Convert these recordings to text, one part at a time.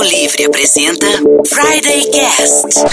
Livre apresenta Friday Cast.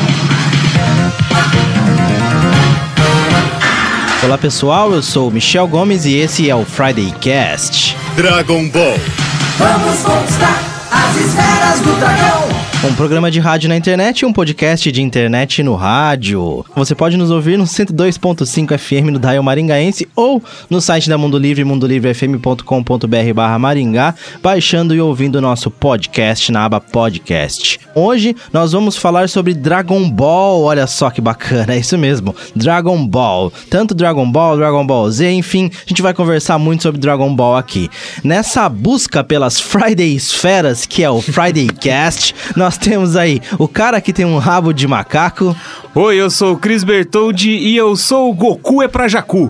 Olá pessoal, eu sou o Michel Gomes e esse é o Friday Cast. Dragon Ball. Vamos conquistar as esferas do dragão. Um programa de rádio na internet e um podcast de internet no rádio. Você pode nos ouvir no 102.5 FM no Dial Maringaense ou no site da Mundo Livre, mundolivrefm.com.br/Maringá, baixando e ouvindo o nosso podcast na aba podcast. Hoje nós vamos falar sobre Dragon Ball, olha só que bacana, é isso mesmo, Dragon Ball. Tanto Dragon Ball Z, enfim, a gente vai conversar muito sobre Dragon Ball aqui. Nessa busca pelas Friday Esferas, que é o Friday Cast, nós temos aí o cara que tem um rabo de macaco. Oi, eu sou o Cris Bertoldi e eu sou o Goku é pra Jacu.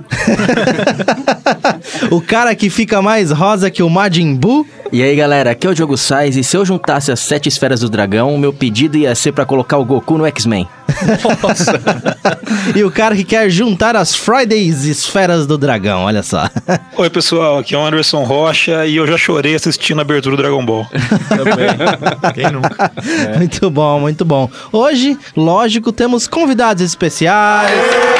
O cara que fica mais rosa que o Majin Buu. E aí galera, aqui é o Diogo Sainz e se eu juntasse as 7 esferas do dragão, o meu pedido ia ser pra colocar o Goku no X-Men. Nossa. E o cara que quer juntar as Fridays Esferas do Dragão, olha só. Oi pessoal, aqui é o Anderson Rocha e eu já chorei assistindo a abertura do Dragon Ball. Também. Quem nunca? É. Muito bom, muito bom. Hoje, lógico, temos convidados especiais.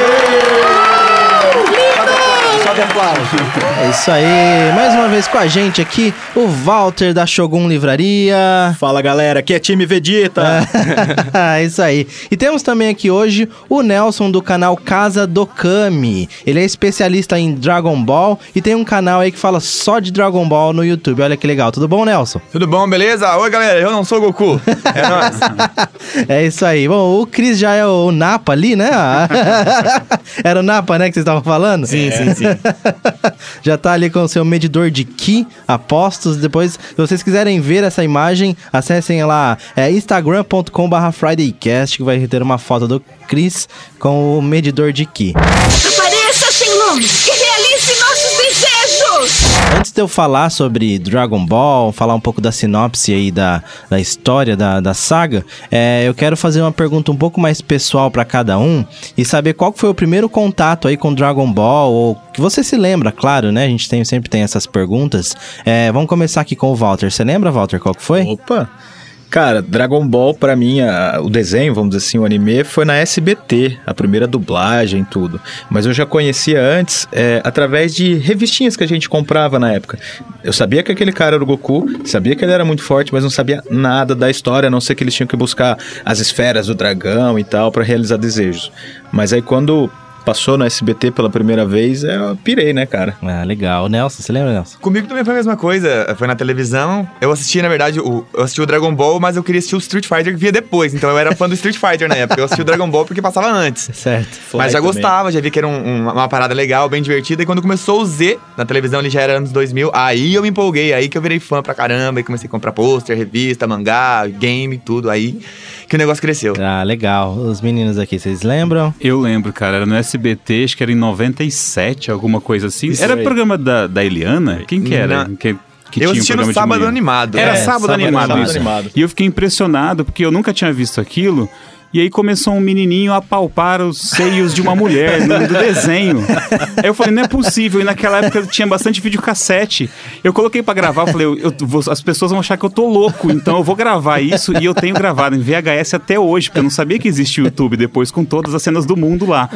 É isso aí, mais uma vez com a gente aqui, o Walter da Shogun Livraria. Fala galera, aqui é time Vegeta. É isso aí. E temos também aqui hoje o Nelson do canal Casa do Kami. Ele é especialista em Dragon Ball e tem um canal aí que fala só de Dragon Ball no YouTube. Olha que legal, tudo bom, Nelson? Tudo bom, beleza? Oi galera, eu não sou o Goku. É nóis. É isso aí. Bom, o Cris já é o Napa ali, né? Era o Napa, né, que vocês estavam falando? Sim. Já tá ali com o seu medidor de Ki, apostos. Depois, se vocês quiserem ver essa imagem, acessem lá, instagram.com/FridayCast, que vai ter uma foto do Cris com o medidor de Ki. Apareça, Shenlong, e realize nossos desejos. Antes de eu falar sobre Dragon Ball, falar um pouco da sinopse aí da história da saga, eu quero fazer uma pergunta um pouco mais pessoal pra cada um e saber qual foi o primeiro contato aí com Dragon Ball, ou que você se lembra, claro, né? A gente sempre tem essas perguntas. Vamos começar aqui com o Walter. Você lembra, Walter, qual que foi? Opa! Cara, Dragon Ball, pra mim, o desenho, vamos dizer assim, o anime, foi na SBT, a primeira dublagem e tudo. Mas eu já conhecia antes, através de revistinhas que a gente comprava na época. Eu sabia que aquele cara era o Goku, sabia que ele era muito forte, mas não sabia nada da história, a não ser que eles tinham que buscar as esferas do dragão e tal, pra realizar desejos. Mas aí quando passou no SBT pela primeira vez, eu pirei, né, cara? Ah, legal. Nelson, você lembra, Nelson? Comigo também foi a mesma coisa, foi na televisão. Eu assisti, na verdade, eu assisti o Dragon Ball, mas eu queria assistir o Street Fighter que via depois. Então eu era fã do Street Fighter na época. Eu assisti o Dragon Ball porque passava antes. Certo. Mas já gostava, já vi que era uma parada legal, bem divertida. E quando começou o Z, na televisão ele já era anos 2000, aí eu me empolguei, aí que eu virei fã pra caramba. E comecei a comprar pôster, revista, mangá, game, tudo. Aí que o negócio cresceu. Ah, legal. Os meninos aqui, vocês lembram? Eu lembro, cara, era no SBT, acho que era em 97, alguma coisa assim. Isso era aí. Programa da Eliana? Quem que era? Que Eu assisti no Sábado Animado. Era Sábado Animado isso. Animado. E eu fiquei impressionado, porque eu nunca tinha visto aquilo. E aí começou um menininho a palpar os seios de uma mulher do desenho. Aí eu falei, não é possível. E naquela época tinha bastante videocassete. Eu coloquei pra gravar, eu falei, as pessoas vão achar que eu tô louco, então eu vou gravar isso. E eu tenho gravado em VHS até hoje, porque eu não sabia que existia o YouTube depois com todas as cenas do mundo lá.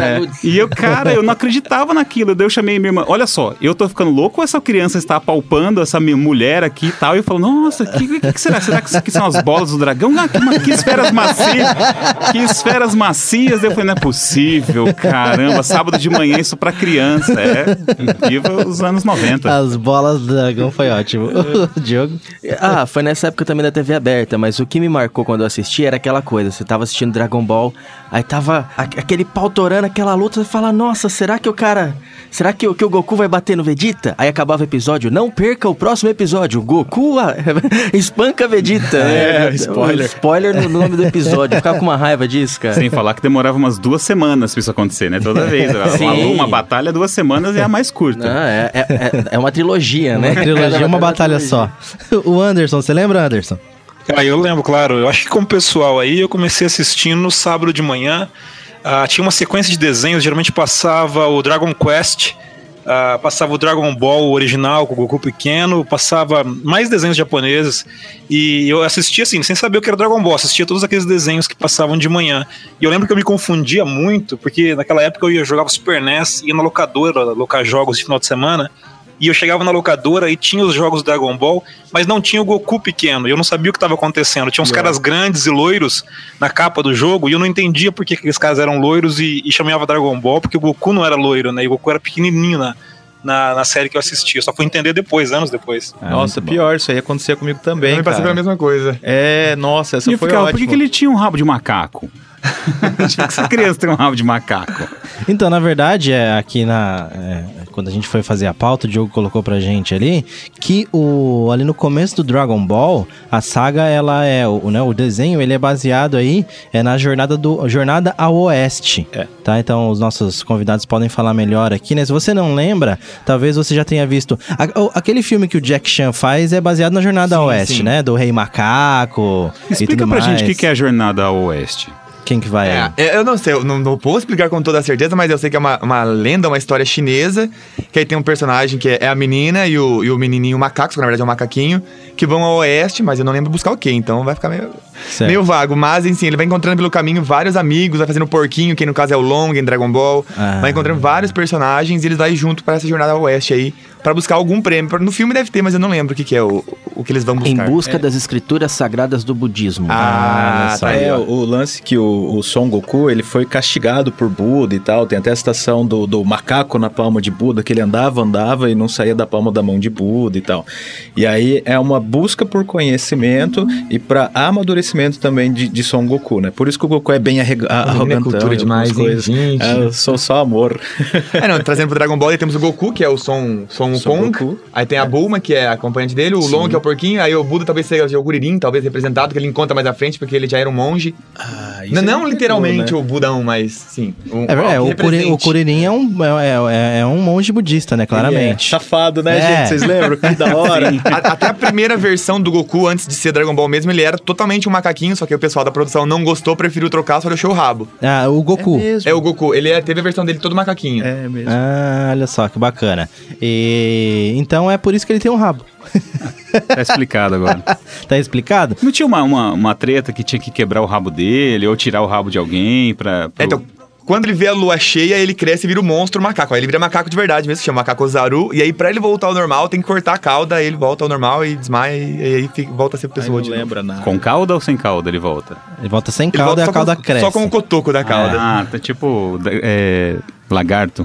E eu não acreditava naquilo. Daí eu chamei minha irmã, olha só, eu tô ficando louco ou essa criança está apalpando essa minha mulher aqui e tal? E eu falo, nossa, que será? Será que isso aqui são as bolas do dragão? Ah, que esferas macias. Que esferas macias. Eu falei, não é possível, caramba, sábado de manhã isso pra criança. Incrível os anos 90. As bolas do dragão foi ótimo. Diogo? Foi nessa época também da TV aberta, mas o que me marcou quando eu assisti era aquela coisa, você tava assistindo Dragon Ball, aí tava aquele pau torando, aquela luta, você fala, nossa, será que o Goku vai bater no Vegeta? Aí acabava o episódio, não perca o próximo episódio, o Goku espanca Vegeta. Spoiler. Spoiler no nome do episódio, eu ficava com uma raiva disso, cara. Sem falar que demorava umas 2 semanas pra isso acontecer, né? Toda vez. Uma batalha, 2 semanas é a mais curta. É uma trilogia, né? Uma trilogia, uma batalha só. O Anderson, você lembra, Anderson? Eu lembro, claro. Eu acho que como pessoal aí, eu comecei assistindo no sábado de manhã. Tinha uma sequência de desenhos, geralmente passava o Dragon Quest, passava o Dragon Ball original com o Goku pequeno, passava mais desenhos japoneses, e eu assistia assim, sem saber o que era Dragon Ball, assistia todos aqueles desenhos que passavam de manhã. E eu lembro que eu me confundia muito, porque naquela época eu jogava Super NES, ia na locadora, alocar jogos de final de semana, e eu chegava na locadora e tinha os jogos do Dragon Ball, mas não tinha o Goku pequeno. Eu não sabia o que estava acontecendo. Tinha uns caras grandes e loiros na capa do jogo, e eu não entendia por que aqueles caras eram loiros e chamava Dragon Ball, porque o Goku não era loiro, né? E o Goku era pequenininho na série que eu assisti. Eu só fui entender depois, anos depois. Nossa, pior, isso aí acontecia comigo também, Eu passei pela mesma coisa. Nossa, essa E eu foi ficava, ótima. por que ele tinha um rabo de macaco? Tinha que ser criança ter um rabo de macaco. Então, na verdade, aqui quando a gente foi fazer a pauta, o Diogo colocou pra gente ali que ali no começo do Dragon Ball, a saga, ela o desenho, ele é baseado aí na jornada ao Oeste. Tá? Então, os nossos convidados podem falar melhor aqui, né? Se você não lembra, talvez você já tenha visto. Aquele filme que o Jack Chan faz é baseado na jornada ao Oeste, né? Do Rei Macaco. Explica pra gente o que é a jornada ao Oeste. Quem que vai aí? Eu não sei, eu não posso explicar com toda certeza, mas eu sei que é uma lenda, uma história chinesa, que aí tem um personagem que é a menina e o menininho macaco, que na verdade é um macaquinho, que vão ao oeste, mas eu não lembro buscar o quê, então vai ficar meio vago. Mas, enfim, ele vai encontrando pelo caminho vários amigos, vai fazendo porquinho, que no caso é o Long em Dragon Ball, vai encontrando vários personagens e eles vão junto para essa jornada ao oeste aí, pra buscar algum prêmio. No filme deve ter, mas eu não lembro o que é o que eles vão buscar. Em busca das escrituras sagradas do budismo. Tá aí, ó. O lance que o Son Goku, ele foi castigado por Buda e tal, tem até a citação do macaco na palma de Buda, que ele andava e não saía da palma da mão de Buda e tal. E aí é uma busca por conhecimento e pra amadurecimento também de Son Goku, né? Por isso que o Goku é bem arrogantão. Cultura demais, coisas. Gente. Eu sou só amor. Trazendo pro Dragon Ball, aí temos o Goku, que é o Son Wukong. Goku. Aí tem a Bulma, que é a acompanhante dele, o Long, que é o porquinho. Aí o Buda talvez seja o Guririn, talvez representado, que ele encontra mais à frente, porque ele já era um monge. Não literalmente, né? O Budão, mas sim. O Kuririn é um monge budista, né? Claramente. Safado, né, gente? Vocês lembram? Que da hora. Até a primeira versão do Goku, antes de ser Dragon Ball mesmo, ele era totalmente um macaquinho, só que o pessoal da produção não gostou, preferiu trocar, só deixou o rabo. O Goku. É o Goku. Ele teve a versão dele todo macaquinho. É mesmo. Olha só, que bacana. Então é por isso que ele tem um rabo. Tá explicado agora. Tá explicado? Não tinha uma treta que tinha que quebrar o rabo dele ou tirar o rabo de alguém Então, quando ele vê a lua cheia, ele cresce e vira o monstro macaco. Aí ele vira macaco de verdade mesmo, que chama Macaco Zaru. E aí, pra ele voltar ao normal, tem que cortar a cauda. Aí ele volta ao normal e desmaia. E aí volta a ser pessoa de novo. Não lembra nada. Com cauda ou sem cauda ele volta? Ele volta sem cauda e a cauda cresce. Só com o cotoco da cauda. Tá tipo... lagarto.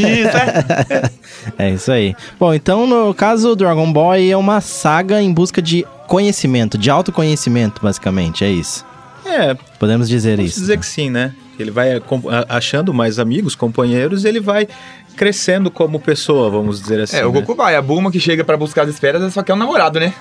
Isso, É isso aí. Bom, então no caso o Dragon Ball é uma saga em busca de conhecimento, de autoconhecimento, basicamente, é isso. Podemos dizer isso. Posso dizer que sim, né? Ele vai achando mais amigos, companheiros, ele vai crescendo como pessoa, vamos dizer assim. O Goku vai. A Bulma que chega pra buscar as esferas, ela só quer um namorado, né?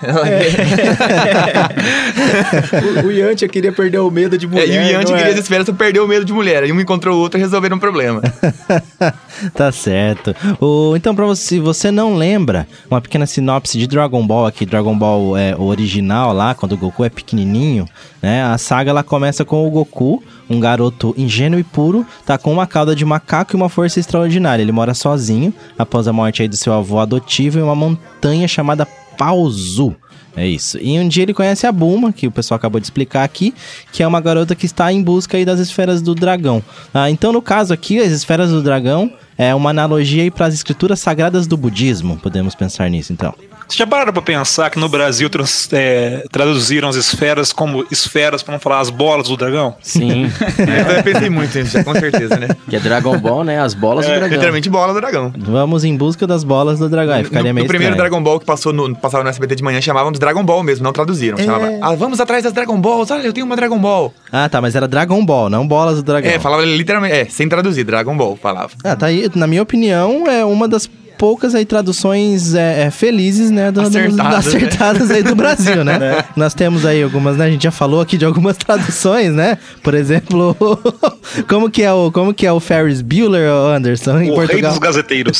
O Yantia queria perder o medo de mulher. E o Yantia queria as esferas pra perder o medo de mulher. E um encontrou o outro e resolveram um problema. Tá certo. Então, se você não lembra, uma pequena sinopse de Dragon Ball aqui. Dragon Ball é o original lá, quando o Goku é pequenininho, né? A saga, ela começa com o Goku, um garoto ingênuo e puro, tá com uma cauda de macaco e uma força extraordinária. Ele mora sozinho, após a morte aí do seu avô adotivo, em uma montanha chamada Paozu. É isso. E um dia ele conhece a Bulma, que o pessoal acabou de explicar aqui, que é uma garota que está em busca aí das esferas do dragão. Então, no caso aqui, as esferas do dragão é uma analogia aí para as escrituras sagradas do budismo. Podemos pensar nisso, então. Vocês já pararam pra pensar que no Brasil traduziram as esferas como esferas, pra não falar as bolas do dragão? Sim. Eu pensei muito nisso, com certeza, né? Que é Dragon Ball, né? As bolas do dragão. Literalmente bola do dragão. Vamos em busca das bolas do dragão. Aí ficaria meio no primeiro estranho. Dragon Ball que passava no SBT de manhã, chamavam de Dragon Ball mesmo, não traduziram. Chamava, vamos atrás das Dragon Balls, olha, eu tenho uma Dragon Ball. Tá, mas era Dragon Ball, não bolas do dragão. Falava literalmente, sem traduzir, Dragon Ball, falava. Tá aí, na minha opinião, é uma das poucas aí traduções felizes, né? Acertadas aí do Brasil, né? Nós temos aí algumas, né? A gente já falou aqui de algumas traduções, né? Por exemplo, como que é o Ferris Bueller, Anderson, em O Portugal? rei dos gazeteiros.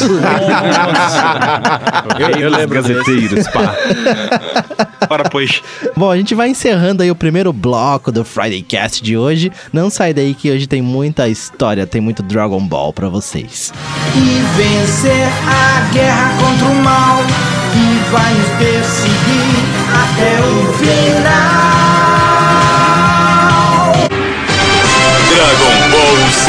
Eu lembro gazeteiros, pá. Para, pois. Bom, a gente vai encerrando aí o primeiro bloco do Friday Cast de hoje. Não sai daí que hoje tem muita história, tem muito Dragon Ball pra vocês. E vencer a guerra contra o mal que vai nos perseguir até o final. Dragon Ball Z.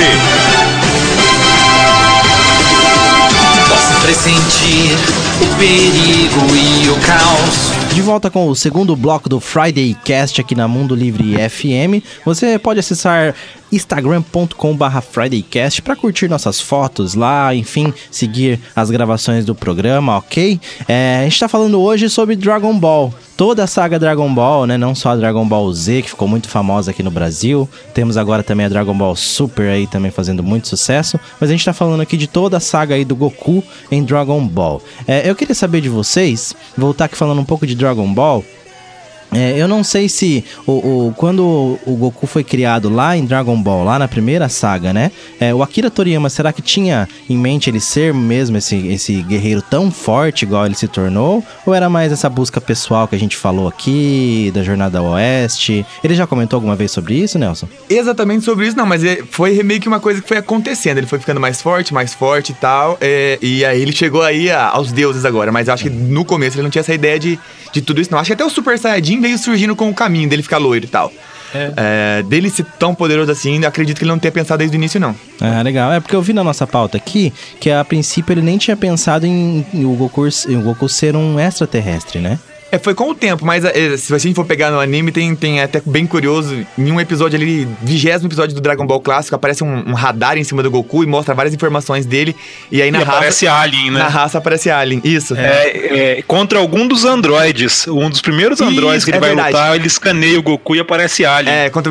Posso pressentir o perigo e o caos. De volta com o segundo bloco do Friday Cast aqui na Mundo Livre FM. Você pode acessar instagram.com/fridaycast para curtir nossas fotos lá, enfim, seguir as gravações do programa, ok? A gente tá falando hoje sobre Dragon Ball. Toda a saga Dragon Ball, né? Não só a Dragon Ball Z, que ficou muito famosa aqui no Brasil. Temos agora também a Dragon Ball Super aí também fazendo muito sucesso. Mas a gente tá falando aqui de toda a saga aí do Goku em Dragon Ball. Eu queria saber de vocês, voltar aqui falando um pouco de Dragon Ball. Eu não sei se quando o Goku foi criado lá em Dragon Ball, lá na primeira saga, né? O Akira Toriyama, será que tinha em mente ele ser mesmo esse guerreiro tão forte igual ele se tornou? Ou era mais essa busca pessoal que a gente falou aqui, da Jornada ao Oeste? Ele já comentou alguma vez sobre isso, Nelson? Exatamente sobre isso, não, mas foi meio que uma coisa que foi acontecendo. Ele foi ficando mais forte e tal, e aí ele chegou aí aos deuses agora. Mas eu acho que no começo ele não tinha essa ideia de tudo isso, não. Acho que até o Super Saiyajin veio surgindo com o caminho dele ficar loiro e tal. Dele ser tão poderoso assim, acredito que ele não tenha pensado desde o início, não. Legal. Porque eu vi na nossa pauta aqui que a princípio ele nem tinha pensado em o Goku ser um extraterrestre, né? Foi com o tempo, mas se a gente for pegar no anime, tem até bem curioso, em um episódio ali, 20º episódio do Dragon Ball clássico, aparece um radar em cima do Goku e mostra várias informações dele, e aí aparece Alien, né? Na raça aparece Alien, isso. Contra algum dos androides, um dos primeiros androides que ele vai lutar, ele escaneia o Goku e aparece Alien. Contra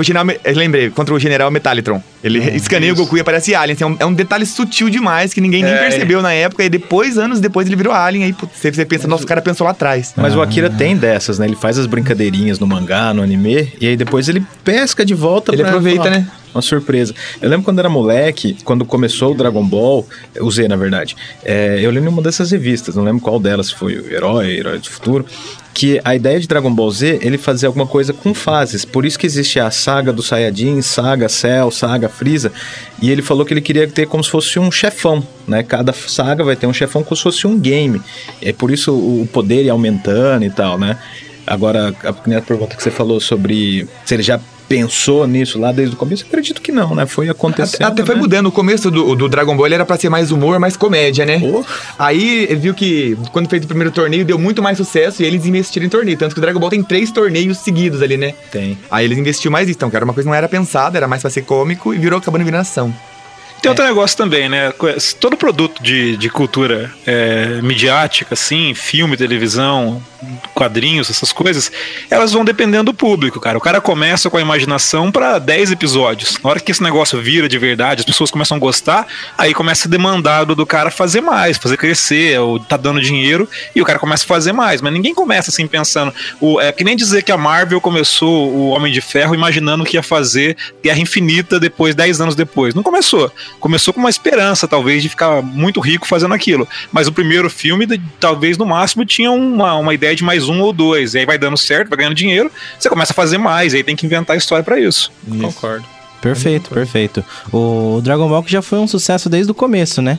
o General Metallictron. Ele escaneia o Goku e aparece Alien. Assim, é um detalhe sutil demais que ninguém nem percebeu na época, e anos depois ele virou Alien, aí você pensa, nossa, o cara pensou lá atrás. Mas o Akira tem dessas, né? Ele faz as brincadeirinhas no mangá, no anime, e aí depois ele pesca de volta. Ele aproveita, né? Uma surpresa. Eu lembro quando era moleque, quando começou o Dragon Ball, o Z, na verdade, eu lembro uma dessas revistas, não lembro qual delas, foi o Herói do Futuro, que a ideia de Dragon Ball Z, ele fazia alguma coisa com fases. Por isso que existe a saga do Saiyajin, saga Cell, saga Freeza. E ele falou que ele queria ter como se fosse um chefão, né? Cada saga vai ter um chefão como se fosse um game. É por isso o poder ia aumentando e tal, né? Agora, a primeira pergunta que você falou sobre se ele já pensou nisso lá desde o começo, eu acredito que não, né? Foi acontecendo. Até foi mudando. O começo do Dragon Ball ele era pra ser mais humor, mais comédia, né? Aí ele viu que quando fez o primeiro torneio deu muito mais sucesso e eles investiram em torneio. Tanto que o Dragon Ball tem 3 torneios seguidos ali, né? Tem. Aí eles investiram mais isso. Então, que era uma coisa que não era pensada, era mais pra ser cômico e acabando virando ação. Tem outro negócio também, né? Todo produto de cultura midiática, assim, filme, televisão, quadrinhos, essas coisas, elas vão dependendo do público, cara. O cara começa com a imaginação pra 10 episódios. Na hora que esse negócio vira de verdade, as pessoas começam a gostar, aí começa a demandar do cara fazer mais, fazer crescer, ou tá dando dinheiro, e o cara começa a fazer mais. Mas ninguém começa assim pensando... É que nem dizer que a Marvel começou o Homem de Ferro imaginando que ia fazer Guerra Infinita 10 anos depois. Não começou. Começou com uma esperança, talvez, de ficar muito rico fazendo aquilo. Mas o primeiro filme, talvez, no máximo, tinha uma ideia de mais 1 ou 2. E aí vai dando certo, vai ganhando dinheiro, você começa a fazer mais, e aí tem que inventar a história pra isso. Concordo. Perfeito. O Dragon Ball que já foi um sucesso desde o começo, né?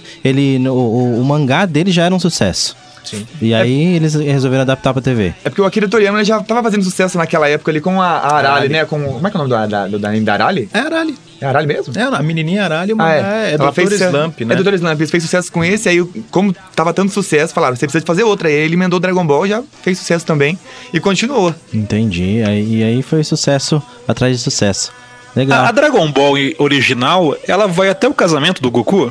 O mangá dele já era um sucesso. Sim. E aí eles resolveram adaptar pra TV. É porque o Akira Toriyama já tava fazendo sucesso naquela época ali com a Arali, né? Como é que é o nome da anime da Arali? É Arali. É Arali mesmo? A menininha Arali, o mangá é Dr. Slump, né? É Dr. Slump, eles fez sucesso com esse, aí como tava tanto sucesso, falaram, você precisa de fazer outra. Aí ele emendou Dragon Ball, já fez sucesso também e continuou. Entendi, e aí foi sucesso atrás de sucesso. Legal. A Dragon Ball original, ela vai até o casamento do Goku?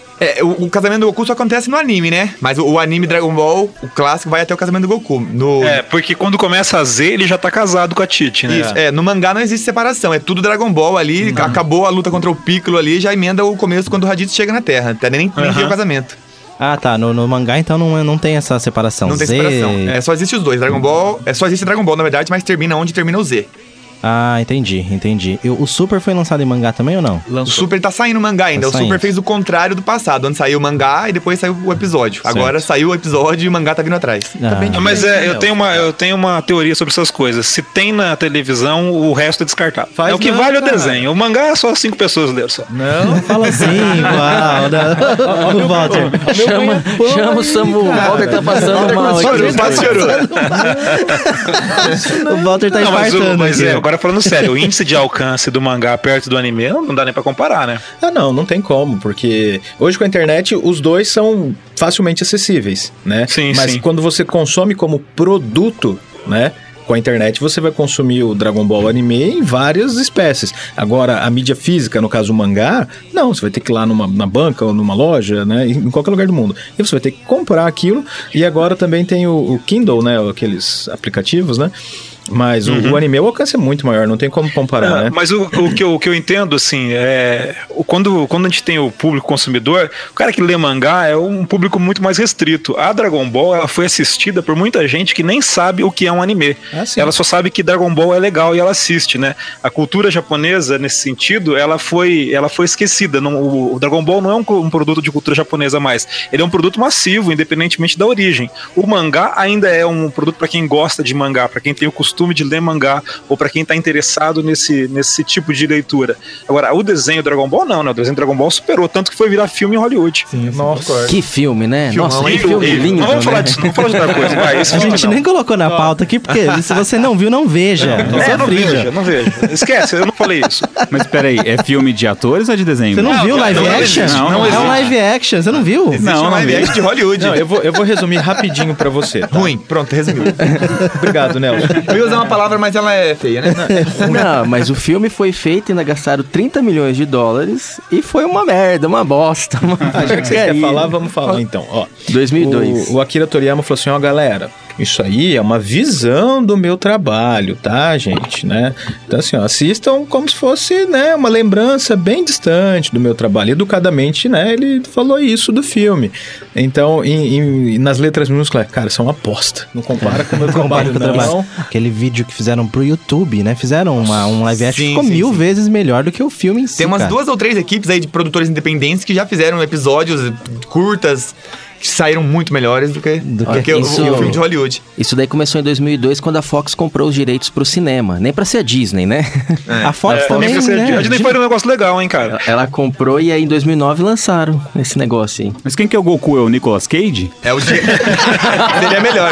O casamento do Goku só acontece no anime, né? Mas o anime Dragon Ball, o clássico, vai até o casamento do Goku. Porque quando começa a Z, ele já tá casado com a Titi, né? Isso, no mangá não existe separação, é tudo Dragon Ball ali, acabou a luta contra o Piccolo ali, já emenda o começo quando o Raditz chega na Terra, nem tem o casamento. Ah, tá. No mangá, então, não tem essa separação. Não tem Z... separação. Só existe os dois. Dragon Ball... só existe Dragon Ball, na verdade, mas termina onde termina o Z. Ah, entendi. O Super foi lançado em mangá também ou não? O Super tá saindo o mangá ainda. Tá o Super saindo. fez o contrário do passado. Onde saiu o mangá e depois saiu o episódio. Certo. Agora saiu o episódio e o mangá tá vindo atrás. Mas eu tenho uma teoria sobre essas coisas. Se tem na televisão, o resto é descartável. Faz O que não, vale é o cara. desenho. O mangá é só 5 pessoas leram só. Não. Fala assim, uau. O Walter. Chama o Samu. O Walter tá passando mal aqui. Quase chorou. O Walter tá infartando Mas aqui. agora falando sério, o índice de alcance do mangá perto do anime não dá nem pra comparar, né? Ah, não tem como, porque hoje com a internet os dois são facilmente acessíveis, né? Sim, Mas sim. quando você consome como produto, né? Com a internet você vai consumir o Dragon Ball anime em várias espécies. Agora, a mídia física, no caso o mangá, não, você vai ter que ir lá na banca ou numa loja, né? Em qualquer lugar do mundo. E você vai ter que comprar aquilo. E agora também tem o Kindle, né? Aqueles aplicativos, né? Mas o anime, o alcance é muito maior, não tem como comparar, né? Mas o que eu entendo, assim, quando a gente tem o público consumidor, o cara que lê mangá é um público muito mais restrito. A Dragon Ball, ela foi assistida por muita gente que nem sabe o que é um anime. Ah, sim. Ela só sabe que Dragon Ball é legal e ela assiste, né? A cultura japonesa, nesse sentido, ela foi esquecida. O Dragon Ball não é um produto de cultura japonesa mais. Ele é um produto massivo, independentemente da origem. O mangá ainda é um produto para quem gosta de mangá, para quem tem o costume de ler mangá, ou pra quem tá interessado nesse tipo de leitura. Agora, o desenho Dragon Ball não, né? O desenho Dragon Ball superou, tanto que foi virar filme em Hollywood. Sim, Nossa. Que filme, né? Filmão, Nossa, que hein? filme lindo, Não vamos falar né? disso, não vamos falar de outra coisa. Vai, esse A filme gente não. nem colocou na pauta aqui, porque se você não viu, não veja. Não Sofrível. veja. Esquece, eu não falei isso. Mas peraí, é filme de atores ou é de desenho? Você não viu não, live não action? existe, não é um existe. live action, você não viu? Existe Não, um não live vi. action de Hollywood. Não, eu vou resumir rapidinho pra você. Tá? Ruim. Pronto, resumiu. Obrigado, Nelson. Eu ia usar uma palavra, mas ela é feia, né? Não, mas o filme foi feito e ainda gastaram $30 milhões e foi uma merda, uma bosta, uma Já que você quer porcaria. falar, vamos falar então. Ó, 2002. o Akira Toriyama falou assim, ó, galera, isso aí é uma visão do meu trabalho, tá, gente, né? Então, assim, ó, assistam como se fosse, né, uma lembrança bem distante do meu trabalho. Educadamente, né, ele falou isso do filme. Então, nas letras minúsculas, cara, são uma aposta. Não compara com o meu trabalho, não. Aquele vídeo que fizeram pro YouTube, né? Fizeram um live action que Sim, ficou sim, mil sim. vezes melhor do que o filme em si, Tem umas cara. 2 ou 3 equipes aí de produtores independentes que já fizeram episódios curtas que saíram muito melhores do que o isso- filme de Hollywood. Isso daí começou em 2002, quando a Fox comprou os direitos pro cinema. Nem pra ser a Disney, né? A Fox também, né? A Disney foi um negócio legal, hein, cara? Ela comprou e aí em 2009 lançaram esse negócio aí. Mas quem que é o Goku? É o Nicolas Cage? É o seria melhor.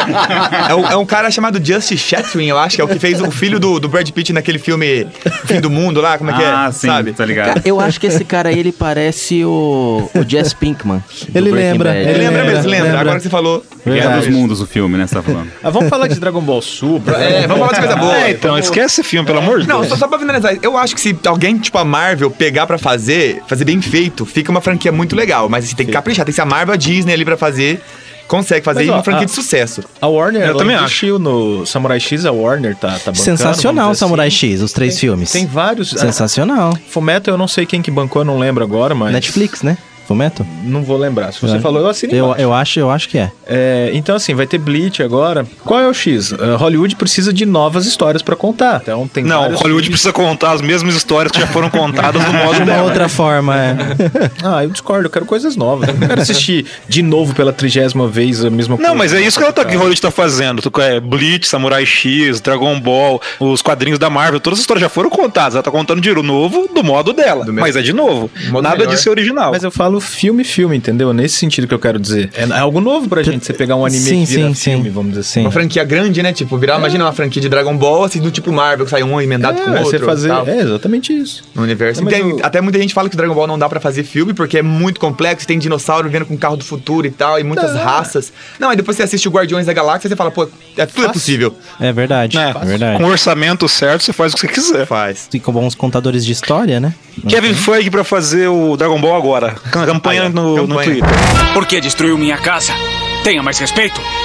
É um cara chamado Justin Chatwin, eu acho, que é o que fez o filho do Brad Pitt naquele filme Fim do Mundo lá, como é que é? Ah, sim, Sabe? tá ligado. Cara, eu acho que esse cara aí, ele parece o Jesse Pinkman. do Ele Breaking lembra, Bad. Ele lembra mesmo, lembra. lembra. Agora que você falou. Guerra dos Mundos, o filme, né? Você tá falando. Ah, vamos falar de Dragon Ball Super. Vamos falar de coisa boa. Então, esquece esse filme, pelo amor de Não, Deus. só pra finalizar, eu acho que se alguém, tipo a Marvel, pegar pra fazer bem feito, fica uma franquia muito legal. Mas você tem que caprichar, tem que ser a Marvel, a Disney ali pra fazer. Consegue fazer Mas, ó, uma franquia de sucesso. A Warner, Eu ela também investiu no Samurai X, a Warner tá bancando. Sensacional vamos dizer Samurai assim. X, os 3 filmes. Tem vários. Sensacional. Fullmetal eu não sei quem que bancou, eu não lembro agora, mas... Netflix, né? Fullmetal? Não vou lembrar. Se você É. falou, eu assinei. Eu acho que é. Então, assim, vai ter Bleach agora. Qual é o X? Hollywood precisa de novas histórias pra contar. Então, tem Não, vários Hollywood filmes- precisa contar as mesmas histórias que já foram contadas no modo De uma dela. outra forma, é. Ah, eu discordo, eu quero coisas novas. Eu não quero assistir de novo pela 30ª vez a mesma coisa. Não, mas é isso que que Hollywood tá fazendo. Bleach, Samurai X, Dragon Ball, os quadrinhos da Marvel, todas as histórias já foram contadas. Ela tá contando de novo do modo dela. Mas é de novo. modo Nada melhor. disso é original. Mas eu falo filme, entendeu? Nesse sentido que eu quero dizer. É algo novo pra gente, você pegar um anime Sim, que vira sim, filme, sim. vamos dizer assim. Sim. Uma franquia grande, né? Tipo, imagina uma franquia de Dragon Ball, assim, do tipo Marvel, que sai um emendado com o outro. você fazer... tal, É exatamente isso. no universo. Não, mas Até muita gente fala que Dragon Ball não dá pra fazer filme, porque é muito complexo, tem dinossauro vendo com carro do futuro e tal, e muitas raças. Não, aí depois você assiste o Guardiões da Galáxia e você fala, pô, tudo é possível. É verdade. É verdade. Com o orçamento certo, você faz o que você quiser. Faz. E com bons contadores de história, né? Kevin Feige pra fazer o Dragon Ball agora. Campanha Aí, ó, no campanha. Twitter. Por que destruiu minha casa? Tenha mais respeito.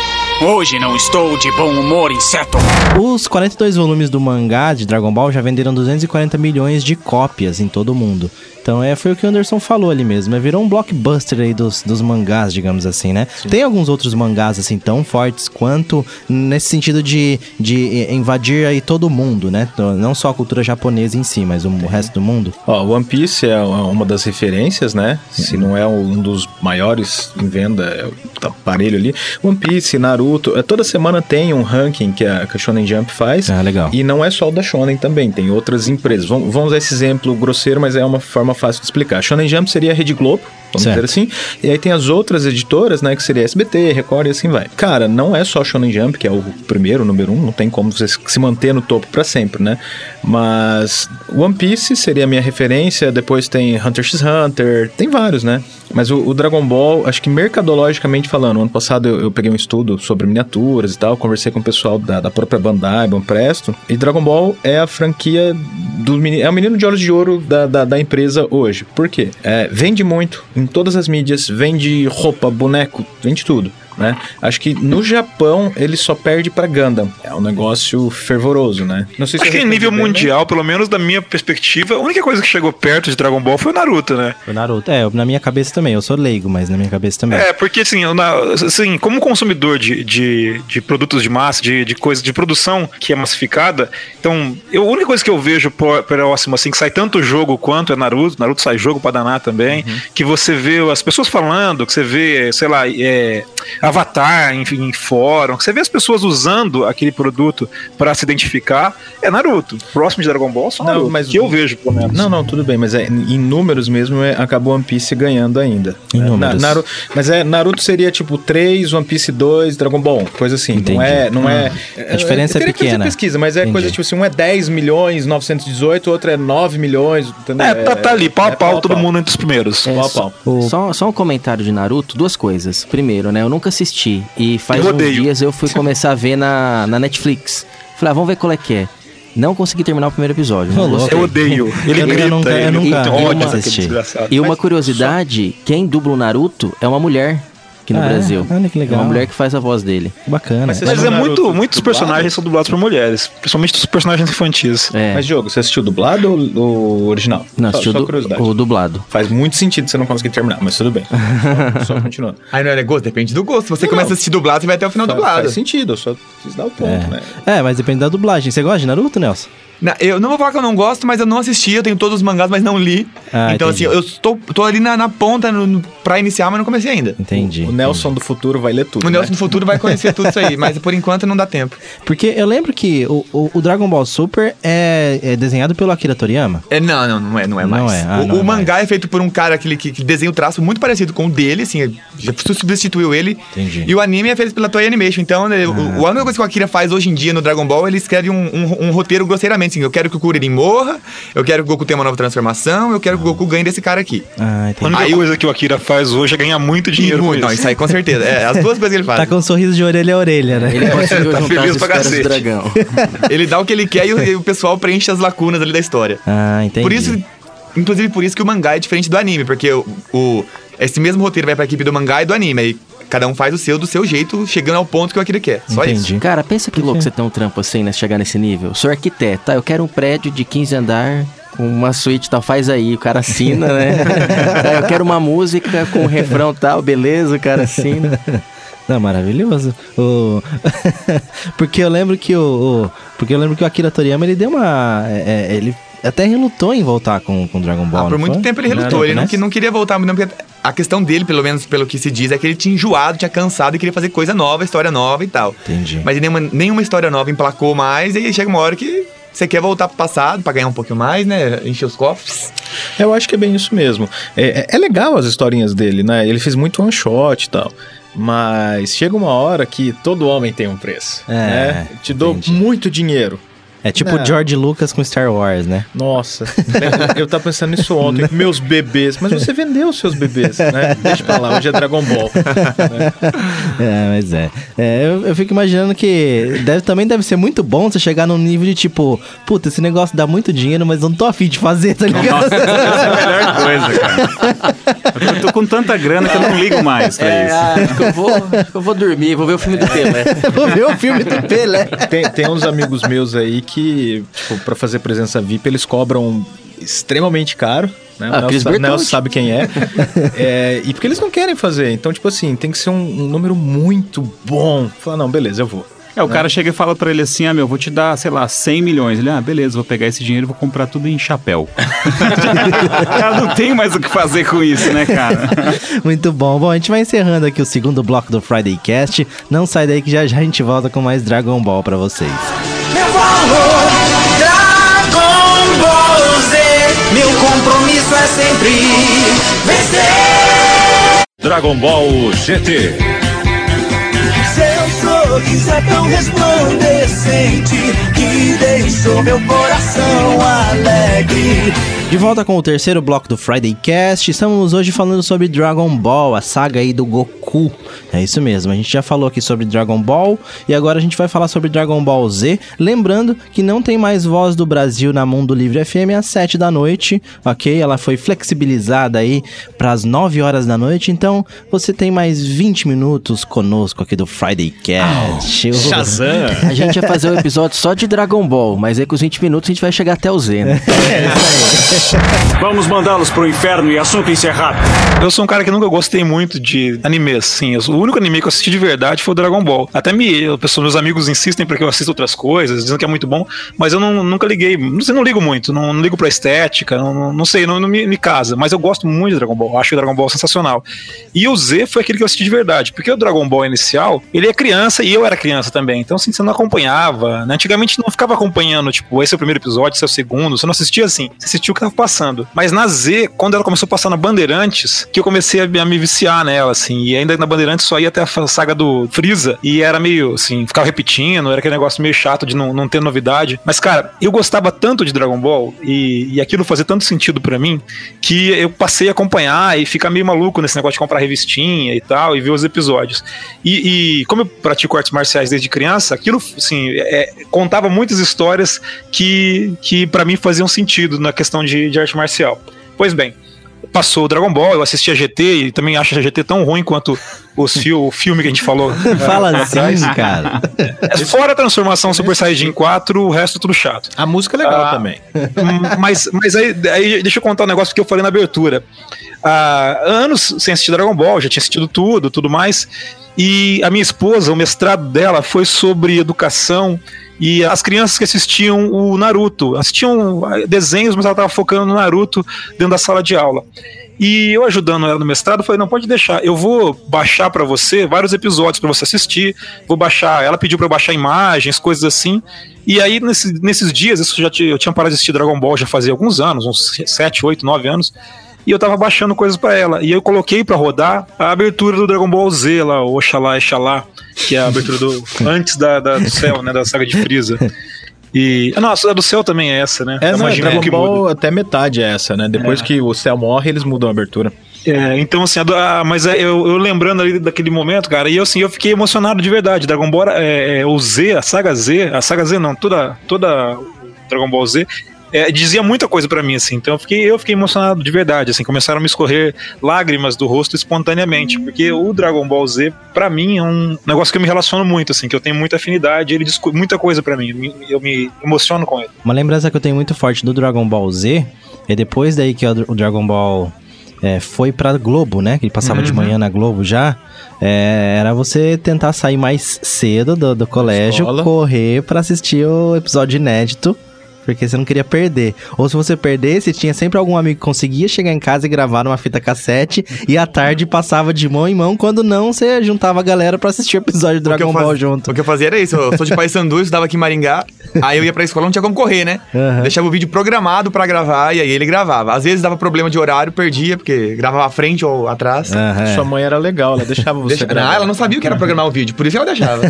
Hoje não estou de bom humor, inseto. Os 42 volumes do mangá de Dragon Ball já venderam 240 milhões de cópias em todo o mundo. Então foi o que o Anderson falou ali mesmo. Virou um blockbuster aí dos mangás, digamos assim, né? Sim. Tem alguns outros mangás assim tão fortes quanto nesse sentido de invadir aí todo mundo, né? Não só a cultura japonesa em si, mas o resto do mundo. Ó, One Piece é uma das referências, né? Se não é um dos maiores em venda, é o aparelho ali. One Piece, Naruto, toda semana tem um ranking que a Shonen Jump faz. Ah, legal. E não é só o da Shonen também, tem outras empresas. Vamos usar esse exemplo grosseiro, mas é uma forma fácil de explicar. A Shonen Jump seria a Rede Globo, vamos dizer assim. E aí tem as outras editoras, né, que seria SBT, Record e assim vai. Cara, não é só Shonen Jump, que é o primeiro, o número 1, não tem como você se manter no topo pra sempre, né? Mas One Piece seria a minha referência, depois tem Hunter x Hunter, tem vários, né? Mas o Dragon Ball, acho que mercadologicamente falando, ano passado eu peguei um estudo sobre miniaturas e tal, conversei com o pessoal da própria Bandai, Banpresto, e Dragon Ball é a franquia é o menino de olhos de ouro da empresa hoje. Por quê? Vende muito em todas as mídias, vende roupa, boneco, vende tudo, né? Acho que no Japão ele só perde pra Gundam. É um negócio fervoroso, né? Não sei se acho que em nível mundial, né? Pelo menos da minha perspectiva, a única coisa que chegou perto de Dragon Ball foi o Naruto, né? O Naruto, na minha cabeça também. Eu sou leigo, mas na minha cabeça também. Porque assim, como consumidor de produtos de massa, de coisa de produção que é massificada, então, a única coisa que eu vejo próximo, assim, que sai tanto jogo quanto é Naruto. Naruto sai jogo pra danar também, que você vê as pessoas falando, que você vê, sei lá, Avatar, enfim, em fórum, que você vê as pessoas usando aquele produto pra se identificar, é Naruto. Próximo de Dragon Ball, só Naruto, mas que eu vejo, pelo menos. Não, tudo bem, mas em números mesmo, acabou One Piece ganhando ainda. Em números. Naruto seria tipo 3, One Piece 2, Dragon Ball, coisa assim. Entendi. Não é... A diferença é pequena. Fazer pesquisa, mas é coisa tipo assim, um é 10 milhões 918, outro é 9 milhões, entendeu? Tá ali, pau a pau, todo mundo entre os primeiros. Pau a pau. Só um comentário de Naruto, duas coisas. Primeiro, né, eu nunca assisti, e faz uns dias eu fui começar a ver na Netflix. Falei, vamos ver qual é que é. Não consegui terminar o primeiro episódio. Eu odeio. Eu nunca assisti. E uma curiosidade, quem dubla o Naruto é uma mulher aqui no Brasil. Olha que legal. É uma mulher que faz a voz dele. Bacana. Mas muitos personagens são dublados por mulheres, principalmente os personagens infantis. Mas, Diogo, você assistiu o dublado ou o original? Não, assistiu o dublado. Faz muito sentido você não conseguir terminar, mas tudo bem. Só continuando. Aí não é gosto? Depende do gosto. Se você começa a assistir dublado, você vai até o final dublado. Faz sentido, eu só quis dar o ponto, né? Mas depende da dublagem. Você gosta de Naruto, Nelson? Eu não vou falar que eu não gosto, mas eu não assisti, eu tenho todos os mangás, mas não li. Então, entendi. Assim, eu tô ali na ponta pra iniciar, mas não comecei ainda. Entendi. O Nelson do futuro vai ler tudo. O Nelson do futuro vai conhecer tudo isso aí, mas por enquanto não dá tempo. Porque eu lembro que o Dragon Ball Super é desenhado pelo Akira Toriyama? Não é mais. O mangá é feito por um cara que desenha o traço muito parecido com o dele, assim, já substituiu ele. Entendi. E o anime é feito pela Toei Animation. Então, a única coisa que o Akira faz hoje em dia no Dragon Ball, ele escreve um roteiro grosseiramente. Assim, eu quero que o Kuririn morra, eu quero que o Goku tenha uma nova transformação, eu quero que o Goku ganhe desse cara aqui. A única coisa que o Akira faz hoje é ganhar muito dinheiro com isso. Não, isso aí com certeza. As duas coisas que ele faz. Tá com um sorriso de orelha a orelha, né? Ele conseguiu tá juntar as esferas do dragão. Ele dá o que ele quer e o pessoal preenche as lacunas ali da história. Entendi. Inclusive por isso que o mangá é diferente do anime, porque esse mesmo roteiro vai pra equipe do mangá e do anime. Aí cada um faz do seu jeito, chegando ao ponto que o Akira quer. Só isso. Cara, pensa que louco você ter um trampo assim, né? Chegar nesse nível. Sou arquiteto, eu quero um prédio de 15 andar com uma suíte e tal, faz aí, o cara assina, né? Eu quero uma música com um refrão tal, beleza, o cara assina. Não, maravilhoso. Porque eu lembro que o Akira Toriyama, ele deu uma... ele até relutou em voltar com Dragon Ball. Por muito tempo ele relutou, ele não queria voltar, porque a questão dele, pelo menos pelo que se diz, é que ele tinha enjoado, tinha cansado e queria fazer coisa nova, história nova e tal. Entendi. Mas nenhuma história nova emplacou mais, e aí chega uma hora que você quer voltar pro passado pra ganhar um pouquinho mais, né? Encher os cofres. Eu acho que é bem isso mesmo. É legal as historinhas dele, né? Ele fez muito one shot e tal. Mas chega uma hora que todo homem tem um preço, né? Te dou muito dinheiro. É tipo o George Lucas com Star Wars, né? Nossa, eu tava pensando nisso ontem. Meus bebês. Mas você vendeu os seus bebês, né? Deixa pra lá, hoje é Dragon Ball. Né? Mas eu fico imaginando que também deve ser muito bom você chegar num nível de tipo, puta, esse negócio dá muito dinheiro, mas eu não tô afim de fazer, tá ligado? Nossa, essa é a melhor coisa, cara. Eu tô com tanta grana que eu não ligo mais pra isso. Acho que eu vou dormir, vou ver o filme do Pelé. Vou ver o filme do Pelé. Tem uns amigos meus aí que, tipo, pra fazer presença VIP, eles cobram extremamente caro. Né? O Nelson sabe quem é. E porque eles não querem fazer. Então, tipo assim, tem que ser um número muito bom. Fala, não, beleza, eu vou. O cara chega e fala pra ele assim, vou te dar, sei lá, 100 milhões. Ele, beleza, vou pegar esse dinheiro e vou comprar tudo em chapéu. O cara não tem mais o que fazer com isso, né, cara? Muito bom. Bom, a gente vai encerrando aqui o segundo bloco do Friday Cast. Não sai daí que já a gente volta com mais Dragon Ball pra vocês. Meu valor, Dragon Ball Z, meu compromisso é sempre vencer. Dragon Ball GT. Seu sorriso é tão resplandecente que deixou meu coração alegre. De volta com o terceiro bloco do Friday Cast, estamos hoje falando sobre Dragon Ball, a saga aí do Goku. É isso mesmo, a gente já falou aqui sobre Dragon Ball e agora a gente vai falar sobre Dragon Ball Z. Lembrando que não tem mais Voz do Brasil na Mundo Livre FM às 7 da noite, ok? Ela foi flexibilizada aí para as 9 horas da noite, então você tem mais 20 minutos conosco aqui do Friday Cast. Shazam! A gente ia fazer um episódio só de Dragon Ball, mas aí com os 20 minutos a gente vai chegar até o Z, né? Vamos mandá-los pro inferno e assunto encerrado. Eu sou um cara que nunca gostei muito de animes, assim. O único anime que eu assisti de verdade foi o Dragon Ball. Até meus amigos insistem pra que eu assista outras coisas, dizendo que é muito bom, mas eu nunca liguei. Não ligo muito, não ligo pra estética, não sei, não me casa. Mas eu gosto muito de Dragon Ball, acho o Dragon Ball sensacional. E o Z foi aquele que eu assisti de verdade, porque o Dragon Ball inicial, ele é criança e eu era criança também. Então, assim, você não acompanhava, né? Antigamente não ficava acompanhando, tipo, esse é o primeiro episódio, esse é o segundo, você não assistia assim, você assistia o que tava passando. Mas na Z, quando ela começou a passar na Bandeirantes, que eu comecei a me viciar nela, assim, e ainda na Bandeirantes só ia até a saga do Freeza, e era meio, assim, ficava repetindo, era aquele negócio meio chato de não ter novidade. Mas, cara, eu gostava tanto de Dragon Ball, e aquilo fazia tanto sentido pra mim, que eu passei a acompanhar e ficar meio maluco nesse negócio de comprar revistinha e tal, e ver os episódios. E como eu pratico artes marciais desde criança, aquilo, assim, contava muitas histórias que pra mim faziam sentido na questão de arte marcial. Pois bem, passou o Dragon Ball, eu assisti a GT e também acho a GT tão ruim quanto o filme que a gente falou. Fala assim, cara. Fora a transformação Super Saiyajin 4, o resto é tudo chato. A música é legal também. Mas aí deixa eu contar um negócio que eu falei na abertura. Há anos sem assistir Dragon Ball, já tinha assistido tudo mais. E a minha esposa, o mestrado dela foi sobre educação. E as crianças que assistiam o Naruto, assistiam desenhos, mas ela estava focando no Naruto dentro da sala de aula. E eu ajudando ela no mestrado, falei, não, pode deixar, eu vou baixar para você vários episódios para você assistir, vou baixar, ela pediu para eu baixar imagens, coisas assim. E aí, nesses dias, eu tinha parado de assistir Dragon Ball já fazia alguns anos, uns 7, 8, 9 anos, e eu tava baixando coisas pra ela. E eu coloquei pra rodar a abertura do Dragon Ball Z lá, o Oxalá, Exalá, que é a abertura antes do céu, né, da saga de Freeza. E... Nossa, a do céu também é essa, né? Dragon Ball até metade é essa, né? Depois que o céu morre, eles mudam a abertura. Então assim, mas eu lembrando ali daquele momento, cara, e eu fiquei emocionado de verdade. Dragon Ball, o Z, a saga Z não, toda Dragon Ball Z, dizia muita coisa pra mim, assim, então eu fiquei emocionado de verdade, assim, começaram a me escorrer lágrimas do rosto espontaneamente, porque o Dragon Ball Z, pra mim, é um negócio que eu me relaciono muito, assim, que eu tenho muita afinidade, ele diz muita coisa pra mim, eu me emociono com ele. Uma lembrança que eu tenho muito forte do Dragon Ball Z, é depois daí que o Dragon Ball foi pra Globo, né, que ele passava de manhã na Globo já, era você tentar sair mais cedo do colégio, correr pra assistir o episódio inédito Porque você não queria perder. Ou se você perdesse, tinha sempre algum amigo que conseguia chegar em casa e gravar numa fita cassete. E à tarde passava de mão em mão. Quando não, você juntava a galera pra assistir o episódio do Dragon Ball junto. O que eu fazia era isso. Eu sou de Paysandu, estudava aqui em Maringá. Aí eu ia pra escola, não tinha como correr, né? Deixava o vídeo programado pra gravar e aí ele gravava. Às vezes dava problema de horário, perdia, porque gravava à frente ou atrás. Sua mãe era legal, ela deixava você gravar. Não, ela não sabia o que era programar o vídeo, por isso ela deixava.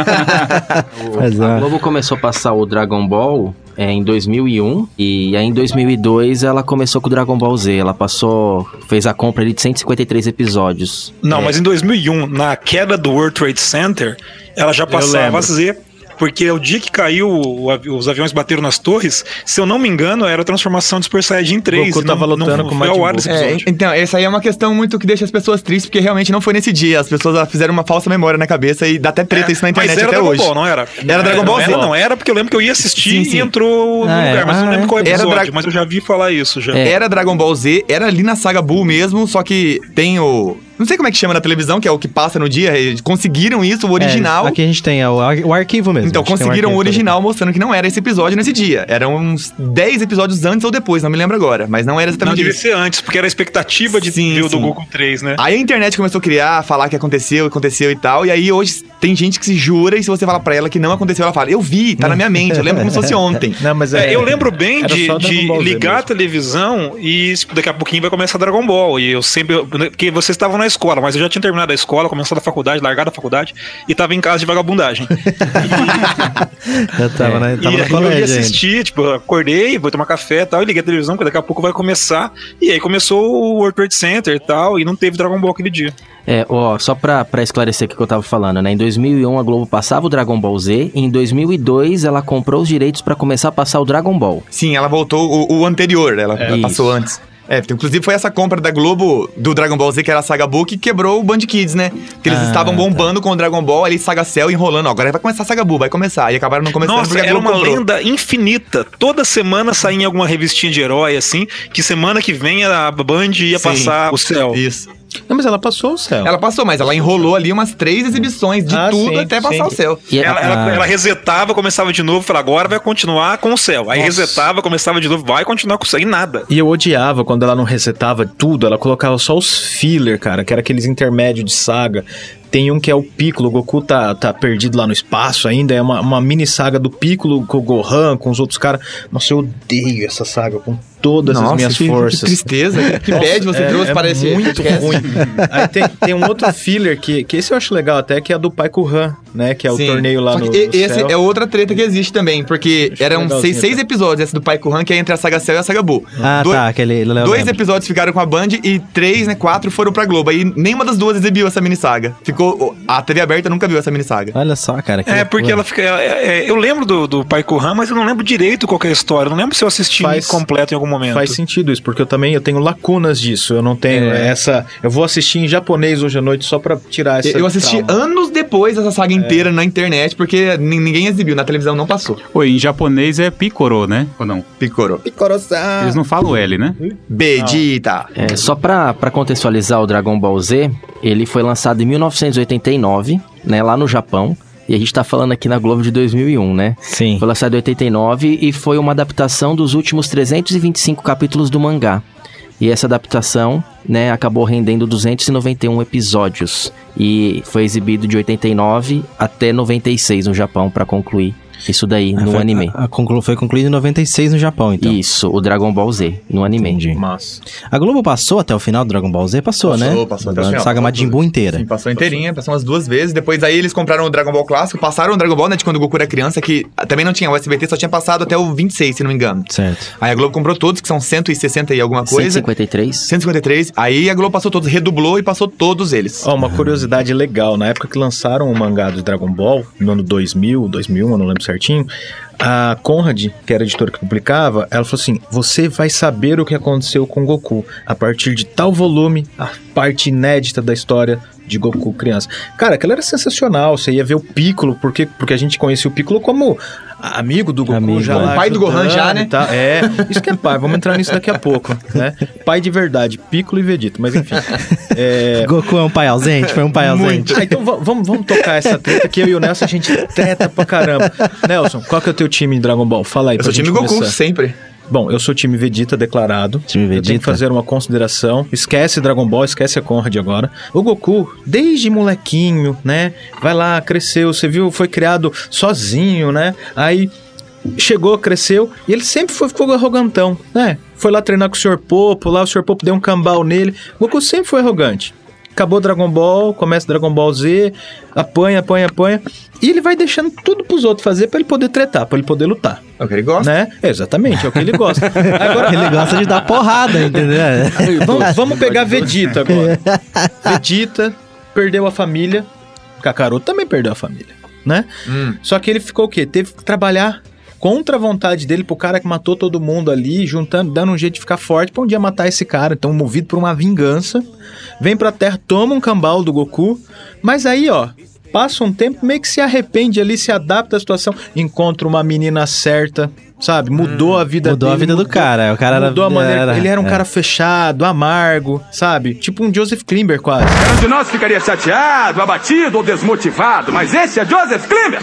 A Globo começou a passar o Dragon Ball em 2001 e aí em 2002 ela começou com o Dragon Ball Z. Ela fez a compra ali de 153 episódios. Não, mas em 2001, na queda do World Trade Center, ela já passava a Z. Porque o dia que caiu, os aviões bateram nas torres, se eu não me engano, era a transformação de Super Saiyajin 3. Goku tava lutando com o Majin Buu. Então, essa aí é uma questão muito que deixa as pessoas tristes, porque realmente não foi nesse dia. As pessoas fizeram uma falsa memória na cabeça e dá até treta isso na internet até Dragon hoje. Ball, não era? Era Dragon Ball Z. Não era, porque eu lembro que eu ia assistir e entrou no lugar, mas não lembro qual episódio, mas eu já vi falar isso já. Era Dragon Ball Z, era ali na saga Buu mesmo, só que tem o... Não sei como é que chama na televisão, que é o que passa no dia. Conseguiram isso, o original. Aqui a gente tem o arquivo mesmo. Então, conseguiram o original mostrando que não era esse episódio nesse dia. Eram uns 10 episódios antes ou depois, não me lembro agora. Mas não era exatamente isso. Não, devia ser antes, porque era a expectativa de ver o do Goku 3, né? Aí a internet começou a criar, falar que aconteceu e tal. E aí hoje tem gente que se jura e se você falar pra ela que não aconteceu, ela fala, eu vi, tá na minha mente, eu lembro como se fosse ontem. Não, mas eu lembro bem de ligar a televisão e daqui a pouquinho vai começar Dragon Ball. E eu sempre... Porque vocês estavam na escola, mas eu já tinha terminado a escola, começado a faculdade, largado a faculdade e tava em casa de vagabundagem. Eu tava no colégio. Eu ia assistir, tipo, eu acordei, vou tomar café e tal, e liguei a televisão, porque daqui a pouco vai começar. E aí começou o World Trade Center e tal, e não teve Dragon Ball aquele dia. Só pra esclarecer o que eu tava falando, né? Em 2001 a Globo passava o Dragon Ball Z, e em 2002 ela comprou os direitos pra começar a passar o Dragon Ball. Sim, ela voltou o anterior, ela passou antes. Inclusive foi essa compra da Globo do Dragon Ball Z, que era a Saga Buu, que quebrou o Band Kids, né? Porque eles estavam bombando com o Dragon Ball, ali Saga Cell enrolando. Agora vai começar a Saga Buu, vai começar. E acabaram não começando. Nossa, era uma lenda infinita. Toda semana saía alguma revistinha de herói, assim, que semana que vem a Band ia passar o Cell. Isso. Não, mas ela passou o Cell. Ela passou, mas ela enrolou ali umas 3 exibições de tudo até passar o Cell. E ela resetava, começava de novo, falava, agora vai continuar com o Cell. Aí resetava, começava de novo, vai continuar com o Cell. E nada. E eu odiava quando ela não resetava tudo, ela colocava só os filler, cara, que era aqueles intermédios de saga. Tem um que é o Piccolo, o Goku tá perdido lá no espaço ainda, é uma mini saga do Piccolo com o Gohan, com os outros caras. Nossa, eu odeio essa saga com todas as minhas forças. Que tristeza, que bad você trouxe para esse muito ruim. Aí tem um outro filler que esse eu acho legal até, que é a do Pai Kuhan, né, que é o torneio lá no esse Cell. é outra treta que existe também, porque eram 6 episódios, esse do Pai Kuhan, que é entre a Saga Cell e a Saga Buu. Aquele... 2 episódios ficaram com a Band e 3, né, 4 foram pra Globo. Aí nenhuma das duas exibiu essa mini saga. A TV aberta nunca viu essa mini saga. Olha só, cara. Porque ela fica... eu lembro do Pai Kuhan, mas eu não lembro direito qual que é a história. Eu não lembro se eu assisti completo em algum momento. Faz sentido isso, porque eu tenho lacunas disso. Eu não tenho eu vou assistir em japonês hoje à noite só pra tirar essa... Eu assisti anos depois essa saga inteira na internet, porque ninguém exibiu, na televisão não passou. Oi, em japonês é Picoro, né? Ou não? Picoro. Picoro-san. Eles não falam o L, né? Vegeta. Só pra contextualizar o Dragon Ball Z, ele foi lançado em 1989, né, lá no Japão. E a gente tá falando aqui na Globo de 2001, né? Sim. Foi lançado em 89 e foi uma adaptação dos últimos 325 capítulos do mangá. E essa adaptação, né, acabou rendendo 291 episódios. E foi exibido de 89 até 96 no Japão pra concluir isso daí no anime. Foi concluído em 96 no Japão, então. Isso, o Dragon Ball Z, no anime. Entendi. Massa. A Globo passou até o final do Dragon Ball Z? Passou, né? Passou até o final. Saga Majin Buu inteira. Sim, passou inteirinha, passou umas 2 vezes. Depois aí eles compraram o Dragon Ball clássico, passaram o Dragon Ball, né, de quando o Goku era criança, que também não tinha, o SBT só tinha passado até o 26, se não me engano. Certo. Aí a Globo comprou todos, que são 160 e alguma coisa. 153. Aí a Globo passou todos, redublou e passou todos eles. Uma curiosidade legal, na época que lançaram o mangá do Dragon Ball, no ano 2001, eu não lembro certinho, a Conrad, que era a editora que publicava, ela falou assim, você vai saber o que aconteceu com Goku a partir de tal volume, a parte inédita da história de Goku criança. Cara, aquilo era sensacional. Você ia ver o Piccolo, porque a gente conhecia o Piccolo como amigo do Goku, já lá, o pai do Gohan já, né? Tá. Isso que é pai, vamos entrar nisso daqui a pouco, né? Pai de verdade, Piccolo e Vegeta, mas enfim. Goku é um pai ausente? Foi um pai ausente? Então vamos tocar essa treta, que eu e o Nelson, a gente treta pra caramba. Nelson, qual que é o teu time em Dragon Ball? Fala aí. Eu sou time Goku, sempre. Bom, eu sou time Vegeta declarado. Time Vegeta. Eu tenho que fazer uma consideração. Esquece Dragon Ball, esquece a Conrad agora. O Goku, desde molequinho, né? Vai lá, cresceu, você viu, foi criado sozinho, né? Aí chegou, cresceu, e ele sempre ficou arrogantão, né? Foi lá treinar com o Sr. Popo, lá o Sr. Popo deu um cambal nele. O Goku sempre foi arrogante. Acabou Dragon Ball, começa Dragon Ball Z, apanha. E ele vai deixando tudo pros outros fazer pra ele poder tretar, pra ele poder lutar. É o que ele gosta. Né? Exatamente, é o que ele gosta. Agora, ele gosta de dar porrada, entendeu? Vamos pegar Vegeta agora. Vegeta perdeu a família, Kakaroto também perdeu a família, né? Só que ele ficou o quê? Teve que trabalhar contra a vontade dele pro cara que matou todo mundo ali, juntando, dando um jeito de ficar forte pra um dia matar esse cara. Então, movido por uma vingança, vem pra Terra, toma um cambal do Goku, mas aí, ó, passa um tempo, meio que se arrepende ali, se adapta à situação, encontra uma menina certa, sabe? Mudou a vida dele. Mudou a vida do cara. O cara mudou a maneira. Ele era um cara fechado, amargo, sabe? Tipo um Joseph Klimber, quase. Cada um de nós ficaria chateado, abatido ou desmotivado, mas esse é Joseph Klimber.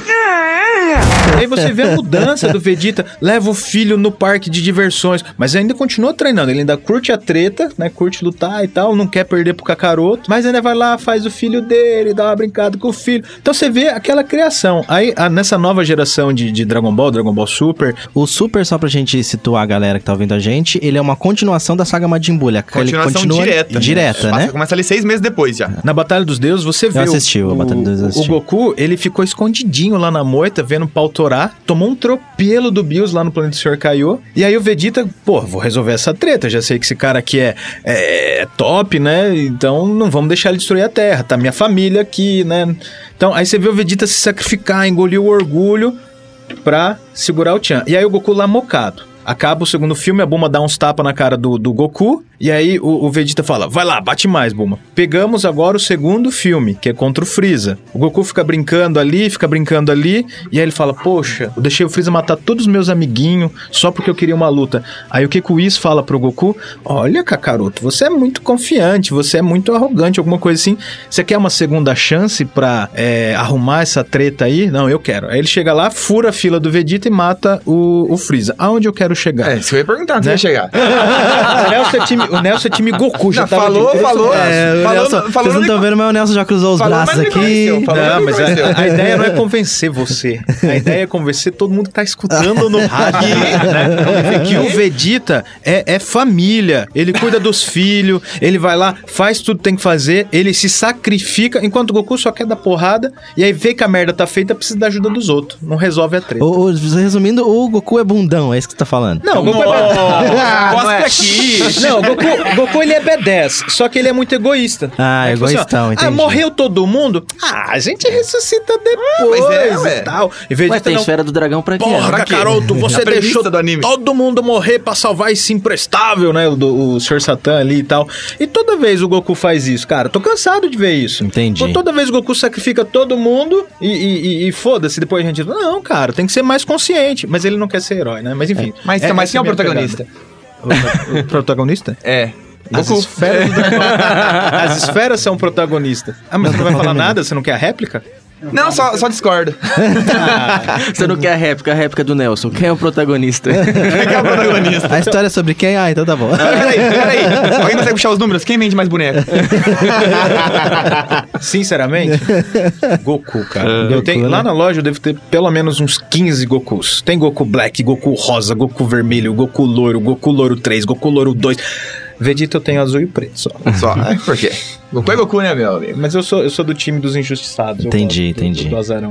Aí você vê a mudança do Vegeta, leva o filho no parque de diversões, mas ainda continua treinando, ele ainda curte a treta, né? Curte lutar e tal, não quer perder pro Kakaroto, mas ainda vai lá, faz o filho dele, dá uma brincada com o filho. Então você vê aquela criação. Aí, nessa nova geração de Dragon Ball Super... O Super, só pra gente situar a galera que tá ouvindo a gente, ele é uma continuação da saga Majin Buu. Continuação ele continua direta, né? Começa ali 6 meses depois já. Na Batalha dos Deuses, você vê a Batalha dos Deuses. O Goku, ele ficou escondidinho lá na moita, vendo o pau torar, tomou um tropelo do Bills lá no planeta do Sr. Kaiô, e aí o Vegeta, vou resolver essa treta, já sei que esse cara aqui é top, né? Então não vamos deixar ele destruir a Terra, tá minha família aqui, né? Então aí você vê o Vegeta se sacrificar, engolir o orgulho pra segurar o Tchan. E aí o Goku lá mocado. Acaba o segundo filme, a Bulma dá uns tapas na cara do Goku, e aí o Vegeta fala, vai lá, bate mais, Bulma. Pegamos agora o segundo filme, que é contra o Freeza. O Goku fica brincando ali, e aí ele fala, poxa, eu deixei o Freeza matar todos os meus amiguinhos, só porque eu queria uma luta. Aí o que o Whis fala pro Goku? Olha, Kakaroto, você é muito confiante, você é muito arrogante, alguma coisa assim. Você quer uma segunda chance pra arrumar essa treta aí? Não, eu quero. Aí ele chega lá, fura a fila do Vegeta e mata o Freeza. Aonde eu quero chegar? Isso que eu ia perguntar, onde você ia chegar? O Nelson é time Goku, já tava falou. Vocês não estão vendo, mas o Nelson já cruzou os braços aqui. Mas a ideia não é convencer você. A ideia é convencer todo mundo que tá escutando no rádio, né? Que o Vegeta é família. Ele cuida dos filhos, ele vai lá, faz tudo que tem que fazer, ele se sacrifica, enquanto o Goku só quer dar porrada, e aí vê que a merda tá feita, precisa da ajuda dos outros. Não resolve a treta. Resumindo, o Goku é bundão, é isso que você tá falando. Não, o Goku aqui. Não, o Goku ele é B10, só que ele é muito egoísta. Egoístão, entendi. Morreu todo mundo? A gente ressuscita depois e tal. E Mas tem esfera do dragão pra quê? Porra, Kakaroto, você deixou todo mundo morrer pra salvar esse imprestável, né? O Sr. Satan ali e tal. E toda vez o Goku faz isso, cara. Tô cansado de ver isso. Entendi. Toda vez o Goku sacrifica todo mundo e foda-se. Depois a gente... Não, cara, tem que ser mais consciente. Mas ele não quer ser herói, né? Mas enfim. Mas quem é o protagonista? O protagonista? É. As esferas do dragão. As esferas são protagonistas. Mas você não vai falar nada? Você não quer a réplica? Não, só discordo. Você não quer a réplica do Nelson. Quem é o protagonista? Quem é o protagonista? A história é sobre quem? Então tá bom. Peraí. Alguém consegue puxar os números? Quem vende mais boneco? Sinceramente, Goku, cara. Lá na loja eu devo ter pelo menos uns 15 Gokus. Tem Goku Black, Goku Rosa, Goku Vermelho, Goku Louro 3, Goku Louro 2... Vegeta eu tenho azul e preto só. Por quê? Goku é Goku, né, meu amigo? Mas eu sou do time dos injustiçados. Entendi. Do azarão.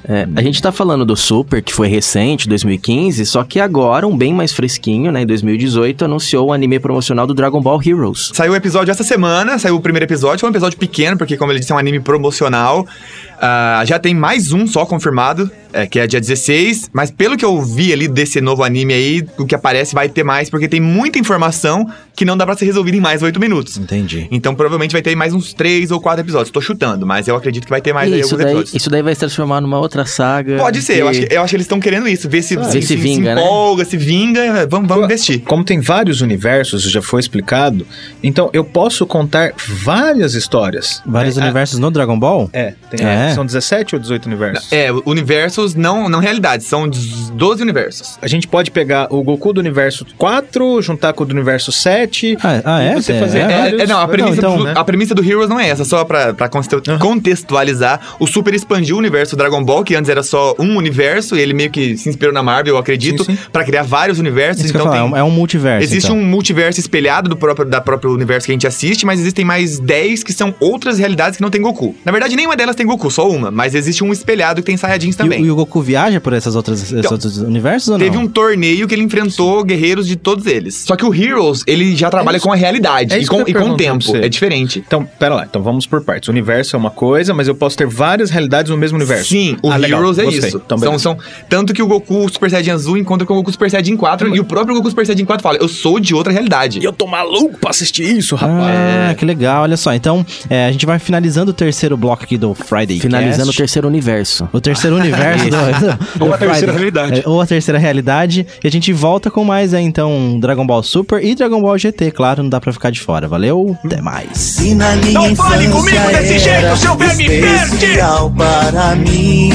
A gente tá falando do Super, que foi recente, 2015, só que agora, um bem mais fresquinho, né, em 2018, anunciou o anime promocional do Dragon Ball Heroes. Saiu o episódio essa semana, saiu o primeiro episódio, foi um episódio pequeno, porque como ele disse, é um anime promocional. Já tem mais um só confirmado, que é dia 16, mas pelo que eu vi ali desse novo anime aí, o que aparece vai ter mais, porque tem muita informação que não dá pra ser resolvida em mais 8 minutos. Entendi. Então provavelmente vai ter mais uns 3 ou 4 episódios. Tô chutando, mas eu acredito que vai ter mais aí alguns episódios. Isso daí vai se transformar numa outra saga. Pode ser, eu acho que eles estão querendo isso, ver se vinga, né? empolga, se vinga, vamos investir. Como tem vários universos, já foi explicado, então eu posso contar várias histórias. Vários universos no Dragon Ball? São 17 ou 18 universos? Universos não realidades, são 12 universos. A gente pode pegar o Goku do universo 4, juntar com o do universo 7. Você fazer a premissa do Heroes não é essa, só pra contextualizar. O Super expandiu o universo do Dragon Ball, que antes era só um universo, e ele meio que se inspirou na Marvel, eu acredito, pra criar vários universos. Isso então é um multiverso. Existe um multiverso espelhado da próprio universo que a gente assiste, mas existem mais 10 que são outras realidades que não tem Goku. Na verdade, nenhuma delas tem Goku, só uma, mas existe um espelhado que tem Saiyajins também. E o Goku viaja por esses outros universos ou não? Teve um torneio que ele enfrentou guerreiros de todos eles. Só que o Heroes, ele já trabalha com a realidade e com o tempo. É diferente. Então, pera lá. Então vamos por partes. O universo é uma coisa, mas eu posso ter várias realidades no mesmo universo. Sim, o Heroes é isso. Então, tanto que o Goku Super Saiyajin Azul encontra com o Goku Super Saiyajin 4 e o próprio Goku Super Saiyajin 4 fala, eu sou de outra realidade. E eu tô maluco pra assistir isso, rapaz. Que legal. Olha só. Então, a gente vai finalizando o terceiro bloco aqui do Friday Finalizando Cast. o terceiro universo. O terceiro universo Ou a terceira realidade. Ou a terceira realidade. E a gente volta com mais, então, Dragon Ball Super e Dragon Ball GT. Claro, não dá pra ficar de fora. Valeu, até mais. E na minha Não fale comigo desse jeito, seu verme verde! especial para mim.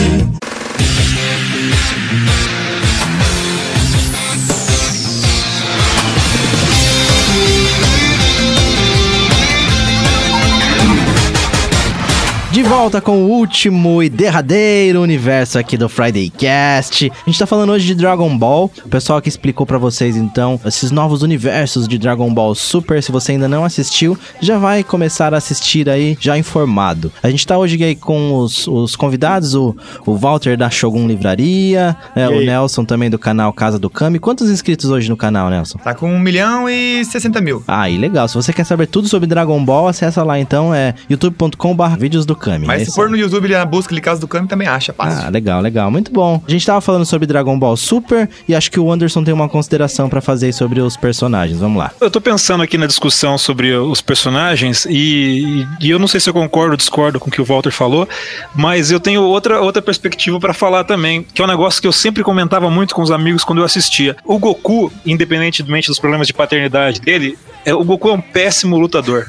De volta com o último e derradeiro universo aqui do Friday Cast. A gente tá falando hoje de Dragon Ball. O pessoal que explicou pra vocês, então, esses novos universos de Dragon Ball Super. Se você ainda não assistiu, já vai começar a assistir aí, já informado. A gente tá hoje aí com os convidados, o Walter da Shogun Livraria, o Nelson também do canal Casa do Kami. Quantos inscritos hoje no canal, Nelson? Tá com 1.060.000. Aí, legal. Se você quer saber tudo sobre Dragon Ball, acessa lá, então, youtube.com/vídeos do Kami. Mas se for no YouTube na busca de Casa do Kami, também acha fácil. Legal. Muito bom. A gente tava falando sobre Dragon Ball Super e acho que o Anderson tem uma consideração pra fazer aí sobre os personagens. Vamos lá. Eu tô pensando aqui na discussão sobre os personagens e eu não sei se eu concordo ou discordo com o que o Walter falou, mas eu tenho outra perspectiva pra falar também, que é um negócio que eu sempre comentava muito com os amigos quando eu assistia. O Goku, independentemente dos problemas de paternidade dele, o Goku é um péssimo lutador.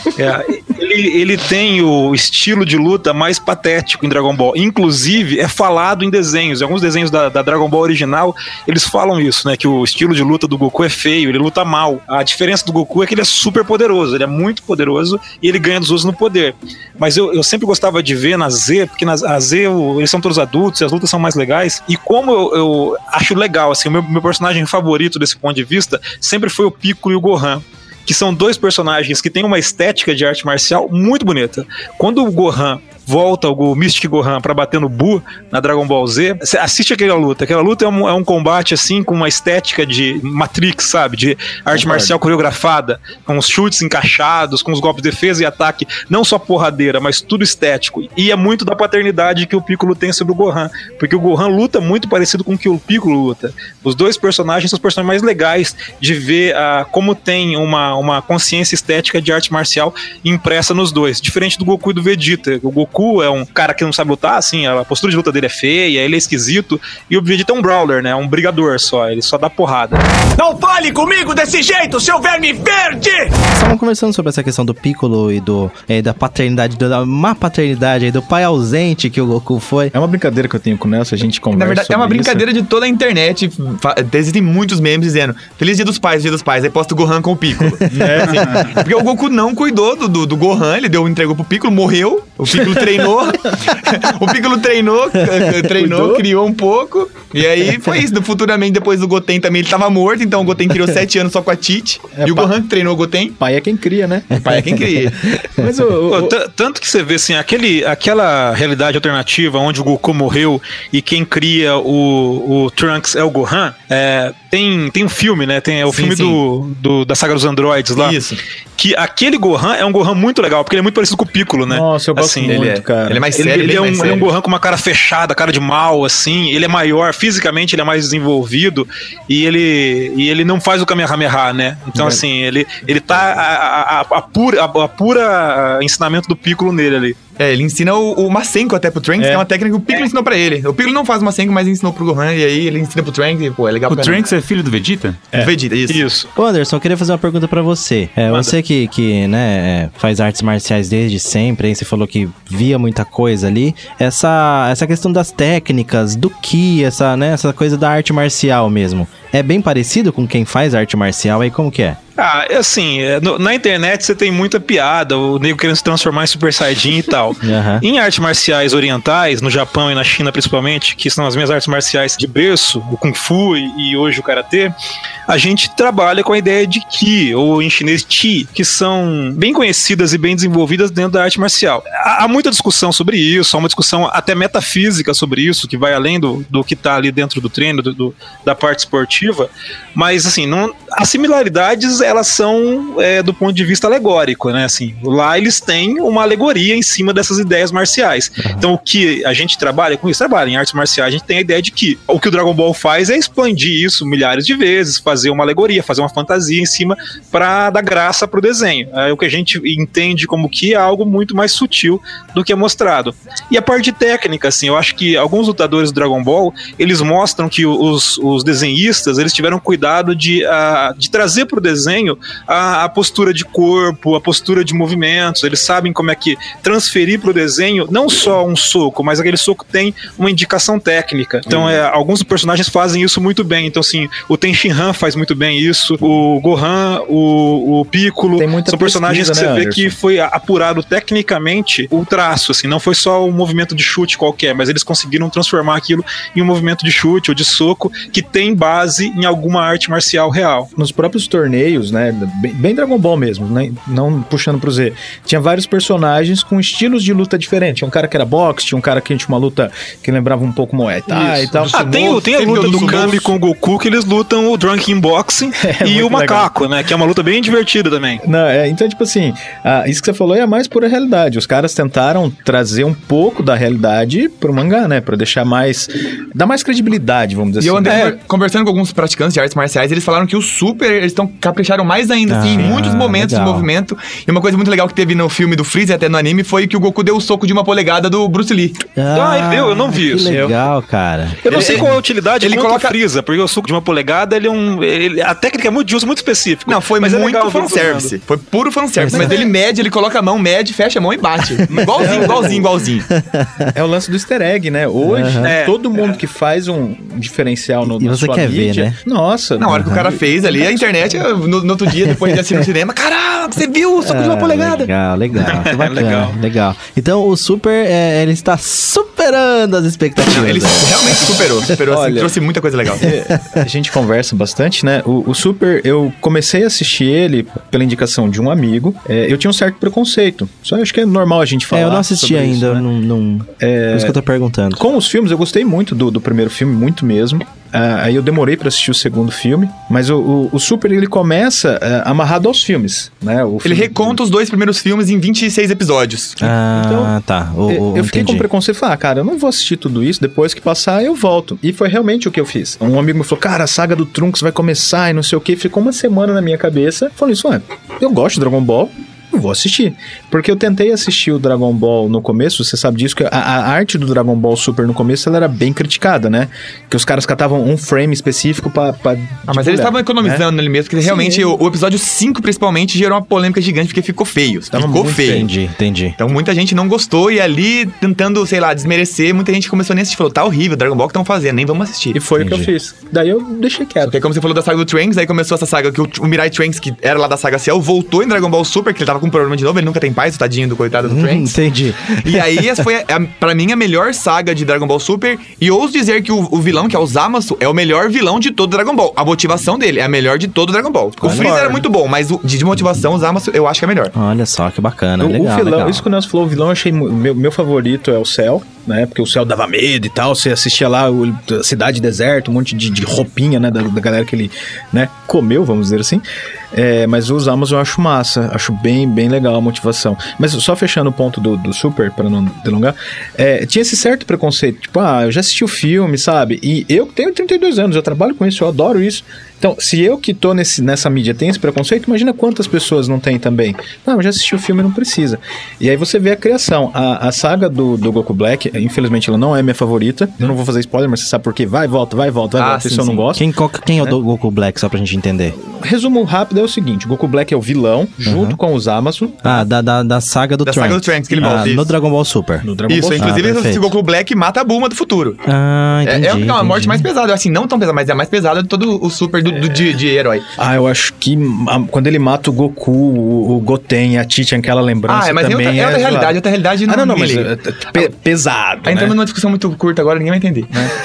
Ele tem o estilo de luta mais patético em Dragon Ball. Inclusive, é falado em desenhos. Em alguns desenhos da Dragon Ball original, eles falam isso, né? Que o estilo de luta do Goku é feio, ele luta mal. A diferença do Goku é que ele é super poderoso, ele é muito poderoso e ele ganha dos outros no poder. Mas eu sempre gostava de ver na Z, porque na Z eles são todos adultos e as lutas são mais legais. E como eu acho legal, assim, o meu personagem favorito desse ponto de vista sempre foi o Piccolo e o Gohan, que são dois personagens que têm uma estética de arte marcial muito bonita. Quando o Gohan volta, o Mystic Gohan, pra bater no Buu na Dragon Ball Z, você assiste aquela luta. Aquela luta é um combate, assim, com uma estética de Matrix, sabe? De arte marcial coreografada, com os chutes encaixados, com os golpes de defesa e ataque, não só porradeira, mas tudo estético. E é muito da paternidade que o Piccolo tem sobre o Gohan, porque o Gohan luta muito parecido com o que o Piccolo luta. Os dois personagens são os personagens mais legais de ver como tem uma consciência estética de arte marcial impressa nos dois, diferente do Goku e do Vegeta. O Goku é um cara que não sabe lutar, assim, a postura de luta dele é feia, ele é esquisito, e o Vegeta é um brawler, né, um brigador só, ele só dá porrada. Não fale comigo desse jeito, seu verme verde! Estamos conversando sobre essa questão do Piccolo e da paternidade, da má paternidade aí, do pai ausente que o Goku foi. É uma brincadeira que eu tenho com o Nelson, a gente conversa. Na verdade, é uma brincadeira de toda a internet. Existem muitos memes dizendo Feliz Dia dos Pais, aí posta o Gohan com o Piccolo. Porque o Goku não cuidou do Gohan, ele entregou pro Piccolo, morreu, o Piccolo treinou. O Piccolo treinou, criou um pouco. E aí foi isso. Futuramente, depois do Goten também, ele tava morto. Então o Goten criou 7 anos só com a Tite. E o Gohan treinou o Goten. Pai é quem cria, né? Pai é quem cria. Mas tanto que você vê assim, aquela realidade alternativa onde o Goku morreu e quem cria o Trunks é o Gohan, tem um filme, né? Tem o filme da saga dos androides lá. Isso. Que aquele Gohan é um Gohan muito legal, porque ele é muito parecido com o Piccolo, né? Nossa, eu gosto muito, cara. Ele é mais sério, ele é um Gohan com uma cara fechada, cara de mal, assim. Ele é maior, fisicamente ele é mais desenvolvido e ele não faz o Kamehameha, né? Então, assim, ele tá a pura ensinamento do Piccolo nele ali. Ele ensina o Masenko até pro Trunks, que é uma técnica que o Piccolo ensinou pra ele. O Piccolo não faz o Masenko, mas ensinou pro Gohan, e aí ele ensina pro Trunks, e pô, é legal. O Trunks é filho do Vegeta? Do Vegeta, isso. Ô Anderson, eu queria fazer uma pergunta pra você. Você que né, faz artes marciais desde sempre, aí você falou que via muita coisa ali. Essa questão das técnicas, do Ki, essa coisa da arte marcial mesmo. É bem parecido com quem faz arte marcial aí? Como que é? Na internet você tem muita piada, o nego querendo se transformar em Super Saiyajin e tal. Em artes marciais orientais, no Japão e na China principalmente, que são as minhas artes marciais de berço, o Kung Fu e hoje o Karatê, a gente trabalha com a ideia de Ki, ou em chinês Chi, que são bem conhecidas e bem desenvolvidas dentro da arte marcial. Há muita discussão sobre isso, há uma discussão até metafísica sobre isso, que vai além do que está ali dentro do treino, da parte esportiva, mas assim, as similaridades elas são do ponto de vista alegórico, né? Assim, lá eles têm uma alegoria em cima dessas ideias marciais. Então, o que a gente trabalha com isso? Trabalha em artes marciais, a gente tem a ideia de que o o Dragon Ball faz é expandir isso milhares de vezes, fazer uma alegoria, fazer uma fantasia em cima para dar graça pro desenho. O que a gente entende como que é algo muito mais sutil do que é mostrado. E a parte técnica, assim, eu acho que alguns lutadores do Dragon Ball, eles mostram que os desenhistas, eles tiveram cuidado de trazer pro desenho a postura de corpo, a postura de movimentos. Eles sabem como é que transferir pro desenho não só um soco, mas aquele soco tem uma indicação técnica. Então, alguns personagens fazem isso muito bem. Então, assim, o Tenshinhan faz muito bem isso, o Gohan, o Piccolo, são personagens que você vê que foi apurado tecnicamente o traço, assim, não foi só um movimento de chute qualquer, mas eles conseguiram transformar aquilo em um movimento de chute ou de soco que tem base em alguma arte marcial real. Nos próprios torneios, né, bem Dragon Ball mesmo, né, não puxando pro Z, tinha vários personagens com estilos de luta diferentes. Tinha um cara que era boxe, tinha um cara que tinha uma luta que lembrava um pouco Muay Thai e tal. Tem a luta do Kami com o Goku, que eles lutam o Drunken Boxing e o Macaco, né, que é uma luta bem divertida também. Então, tipo assim, isso que você falou é a mais pura realidade. Os caras tentaram trazer um pouco da realidade pro mangá, né, pra deixar dar mais credibilidade, vamos dizer assim. E eu andei conversando com alguns praticantes de artes marciais, eles falaram que o Super, eles capricharam mais ainda, assim, em muitos momentos de movimento. E uma coisa muito legal que teve no filme do Freeza e até no anime foi que o Goku deu o soco de 1 polegada do Bruce Lee. Ele deu, eu não vi isso. Que legal, cara. Eu não sei qual é a utilidade ele coloca o Freeza, porque o soco de 1 polegada, a técnica é muito de uso muito específico. Não, foi muito fanservice. Foi puro fanservice. Mas ele mede, ele coloca a mão, mede, fecha a mão e bate. Igualzinho. É o lance do easter egg, né? Hoje, todo mundo que faz um diferencial na sua mídia... Ver, né? Nossa. Na hora que o cara fez ali, a internet, no outro dia, depois de assistir no cinema, caraca, você viu o soco de 1 polegada? Legal. Bacana, legal. Então, o Super, ele está superando as expectativas. Ele realmente superou. Olha, assim, trouxe muita coisa legal. A gente conversa bastante, né? O Super, eu comecei a assistir ele pela indicação de um amigo. Eu tinha um certo preconceito. Só acho que é normal a gente falar. Eu não assisti ainda, isso, né? Por isso que eu tô perguntando. Com os filmes, eu gostei muito do primeiro filme, muito mesmo. Aí eu demorei pra assistir o segundo filme, mas o Super, ele começa amarrado aos filmes, né? Ele reconta os 2 primeiros filmes em 26 episódios. Então, tá. Eu fiquei com preconceito e falei, cara, eu não vou assistir tudo isso, depois que passar eu volto. E foi realmente o que eu fiz. Um amigo me falou, cara, a saga do Trunks vai começar e não sei o que. Ficou uma semana na minha cabeça. Falei isso, eu gosto de Dragon Ball. Eu vou assistir. Porque eu tentei assistir o Dragon Ball no começo, você sabe disso, que a arte do Dragon Ball Super no começo, ela era bem criticada, né? Que os caras catavam um frame específico pra mas eles estavam economizando ali mesmo, porque realmente o episódio 5, principalmente, gerou uma polêmica gigante, porque ficou feio. Ficou feio. Entendi. Então muita gente não gostou, e ali, tentando, sei lá, desmerecer, muita gente começou a assistir, falou, tá horrível, Dragon Ball que estão fazendo, nem vamos assistir. E foi o que eu fiz. Daí eu deixei quieto. Porque como você falou da saga do Trunks, aí começou essa saga que o Mirai Trunks, que era lá da saga Cell, voltou em Dragon Ball Super, que ele tava tava com um problema de novo, ele nunca tem paz, o tadinho do coitado do Trunks. Entendi. E aí, essa foi, pra mim, a melhor saga de Dragon Ball Super. E ouso dizer que o vilão, que é o Zamasu, é o melhor vilão de todo Dragon Ball. A motivação dele é a melhor de todo Dragon Ball. O Freeza era muito bom, mas de motivação, o Zamasu eu acho que é melhor. Olha só, que bacana, O legal, vilão, legal. isso que o Nelson falou, o vilão eu achei... Meu favorito é o Cell, né? Porque o Cell dava medo e tal. Você assistia lá a cidade deserta, um monte de roupinha, né? Da galera que ele, né, comeu, vamos dizer assim. Mas os Zamasu eu acho massa. Acho bem legal a motivação. Mas só fechando o ponto do Super, para não delongar, tinha esse certo preconceito. Tipo, eu já assisti o filme, sabe? E eu tenho 32 anos, eu trabalho com isso, eu adoro isso. Então, se eu que tô nessa mídia tenho esse preconceito, imagina quantas pessoas não tem também. Não, eu já assisti o filme, não precisa. E aí você vê a criação. A saga do Goku Black, infelizmente ela não é minha favorita. Eu não vou fazer spoiler, mas você sabe por quê. Vai, volta, isso eu não gosto. Quem é o Goku Black, só pra gente entender? Resumo rápido é o seguinte, o Goku Black é o vilão, junto com o Zamasu. Da saga do Trunks. Da saga do Trunks, que ele volta. No Dragon Ball Super. No Dragon Ball inclusive perfeito. o Goku Black mata a Bulma do futuro. Entendi. É uma morte mais pesada, assim, não tão pesada, mas é a mais pesada de todo o Super de herói. Eu acho que quando ele mata o Goku, o Goten e a Titian, aquela lembrança mas também é outra realidade não, não, mas liga. pesado, Tá entrando numa discussão muito curta agora, ninguém vai entender.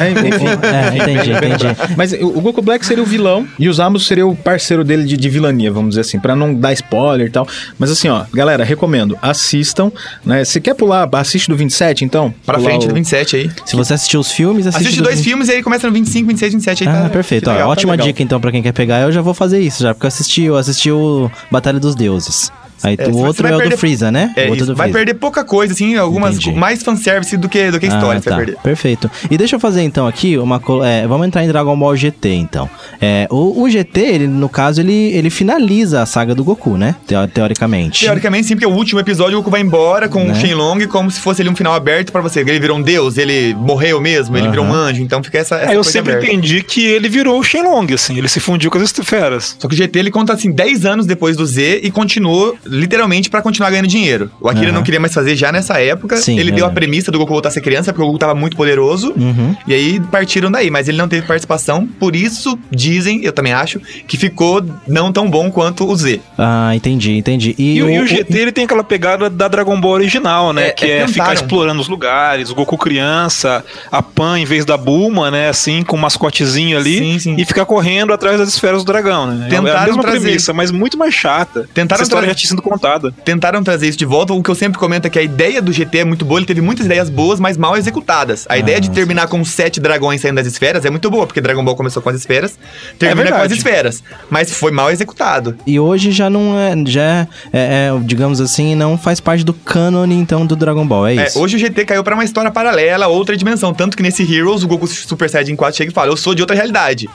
Entendi. Mas o Goku Black seria o vilão e o Zamasu seria o parceiro dele de vilania, vamos dizer assim, pra não dar spoiler e tal. Mas assim, galera, recomendo, assistam, né? Se quer pular, assiste do 27, então. Pra frente do 27 aí. Se você assistiu os filmes, assiste dois filmes e aí começa no 25, 26, 27 aí. Perfeito. Legal, ótima dica então pra quem quer pegar. Eu já vou fazer isso já, porque eu assisti o Batalha dos Deuses. Aí o outro é o do Freeza, né? O outro vai perder pouca coisa, assim, algumas mais fanservice do que história você vai perder. Perfeito. E deixa eu fazer então aqui vamos entrar em Dragon Ball GT então. O GT, ele, no caso, ele finaliza a saga do Goku, né? Teoricamente. Teoricamente sim, porque o último episódio o Goku vai embora com o Shenlong como se fosse ali um final aberto pra você. Ele virou um deus, ele morreu mesmo, ele virou um anjo, então fica essa eu sempre entendi que ele virou o Shenlong, assim, ele se fundiu com as esferas. Só que o GT, ele conta assim, 10 anos depois do Z e continuou literalmente pra continuar ganhando dinheiro. O Akira não queria mais fazer já nessa época. Sim, ele deu a premissa do Goku voltar a ser criança, porque o Goku tava muito poderoso. E aí partiram daí, mas ele não teve participação. Por isso, dizem, eu também acho, que ficou não tão bom quanto o Z. Entendi. E o GT, ele tem aquela pegada da Dragon Ball original, né? Que é ficar explorando os lugares, o Goku criança, a Pan em vez da Bulma, né? Assim, com um mascotezinho ali. Sim. E ficar correndo atrás das esferas do dragão, né? É a mesma premissa, mas muito mais chata. Essa história já tinha sido contada. Tentaram trazer isso de volta. O que eu sempre comento é que a ideia do GT é muito boa. Ele teve muitas ideias boas, mas mal executadas. A ideia de terminar com 7 dragões saindo das esferas é muito boa, porque Dragon Ball começou com as esferas, termina com as esferas. Mas foi mal executado. E hoje já não digamos assim, não faz parte do cânone, então, do Dragon Ball, é isso? Hoje o GT caiu pra uma história paralela, outra dimensão. Tanto que nesse Heroes, o Goku Super Saiyajin 4 chega e fala, eu sou de outra realidade.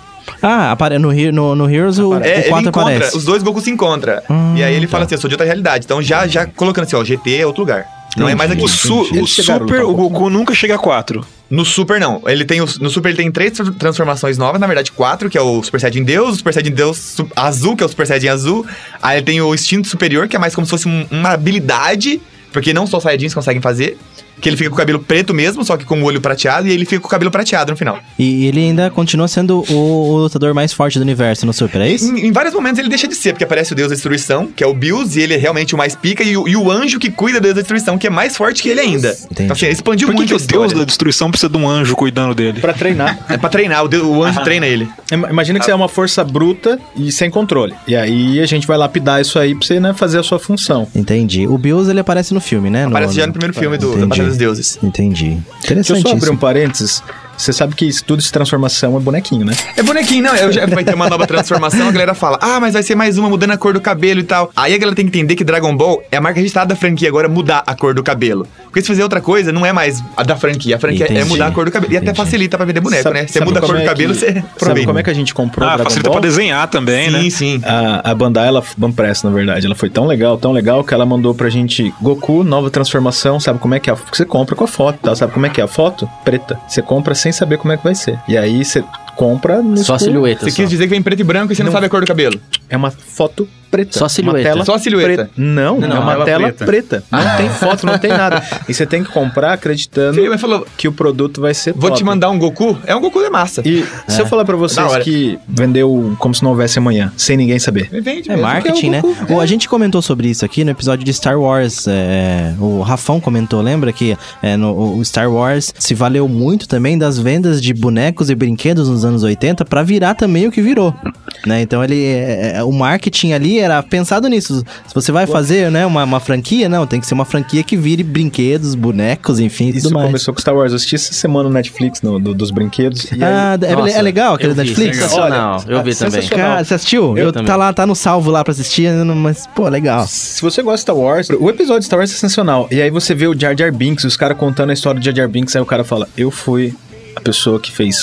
No Heroes o 4 aparece. Os dois Goku se encontram. E aí ele fala assim, eu sou de outra realidade. Então já colocando assim, GT é outro lugar. Não é mais aqui. O Super, o Goku nunca chega a 4. No Super, não. No Super ele tem 3 transformações novas, na verdade 4, que é o Super Saiyajin Deus, o Super Saiyajin Deus Azul, que é o Super Saiyajin Azul. Aí ele tem o Instinto Superior, que é mais como se fosse uma habilidade, porque não só os Saiyajins conseguem fazer. Que ele fica com o cabelo preto mesmo, só que com o olho prateado, e ele fica com o cabelo prateado no final. E ele ainda continua sendo o lutador mais forte do universo no Super, é isso? Em vários momentos ele deixa de ser, porque aparece o Deus da Destruição, que é o Bills, e ele é realmente o mais pica, e o anjo que cuida do Deus da Destruição, que é mais forte que ele ainda. Entendi. Então assim, ele expandiu muito a história. Por que o Deus da Destruição precisa de um anjo cuidando dele? Pra treinar. É pra treinar, o anjo treina ele. Imagina que você é uma força bruta e sem controle. E aí a gente vai lapidar isso aí pra você, né, fazer a sua função. Entendi. O Bills, ele aparece no filme, né? Aparece já no primeiro filme da Batalha dos Deuses. Entendi. Deixa eu só abrir um parênteses. Você sabe que isso tudo de transformação é bonequinho, né? É bonequinho, não. Vai ter uma nova transformação, a galera fala, mas vai ser mais uma mudando a cor do cabelo e tal. Aí a galera tem que entender que Dragon Ball é a marca registrada da franquia, agora mudar a cor do cabelo. Porque se fazer outra coisa, não é mais a da franquia. A franquia é mudar a cor do cabelo. E até facilita pra vender boneco, né? Você muda a cor do cabelo, você aproveita. Sabe como é que a gente comprou Dragon facilita Ball? Pra desenhar também, né? Sim. A Bandai, Banpress, na verdade, ela foi tão legal, que ela mandou pra gente Goku, nova transformação, sabe como é que é? Você compra com a foto, tá? Sabe como é que é a foto? Preta. Você compra sem saber como é que vai ser. E aí você compra no só a silhueta. Você quis dizer que vem preto e branco e você não sabe a cor do cabelo. É uma foto preta. Só silhueta. Uma tela Só a silhueta. preta. Não, é uma tela tela preta. preta. Não tem foto, não tem nada. E você tem que comprar acreditando Feio, mas falou, que o produto vai ser vou top. te mandar um Goku. É um Goku de massa. E se eu falar pra Da vocês hora. que vendeu como se não houvesse amanhã, sem ninguém saber. Vende É mesmo, marketing, que é né? o Goku. A gente comentou sobre isso aqui no episódio de Star Wars. O Rafão comentou, lembra que o Star Wars se valeu muito também das vendas de bonecos e brinquedos nos anos 80 pra virar também o que virou, né? Então o marketing ali era pensado nisso. Se você vai fazer, né, uma franquia, não, tem que ser uma franquia que vire brinquedos, bonecos, enfim, Isso tudo mais. começou com Star Wars. Eu assisti essa semana no Netflix, dos brinquedos. E aí, Nossa, é legal aquele eu vi, Netflix? sensacional. Olha, Eu vi também. sensacional. Cara, você assistiu? Eu também. Tá no salvo lá pra assistir, mas, pô, legal. se você gosta de Star Wars, o episódio de Star Wars é sensacional. E aí você vê o Jar Jar Binks, os caras contando a história do Jar Jar Binks, aí o cara fala, eu fui a pessoa que fez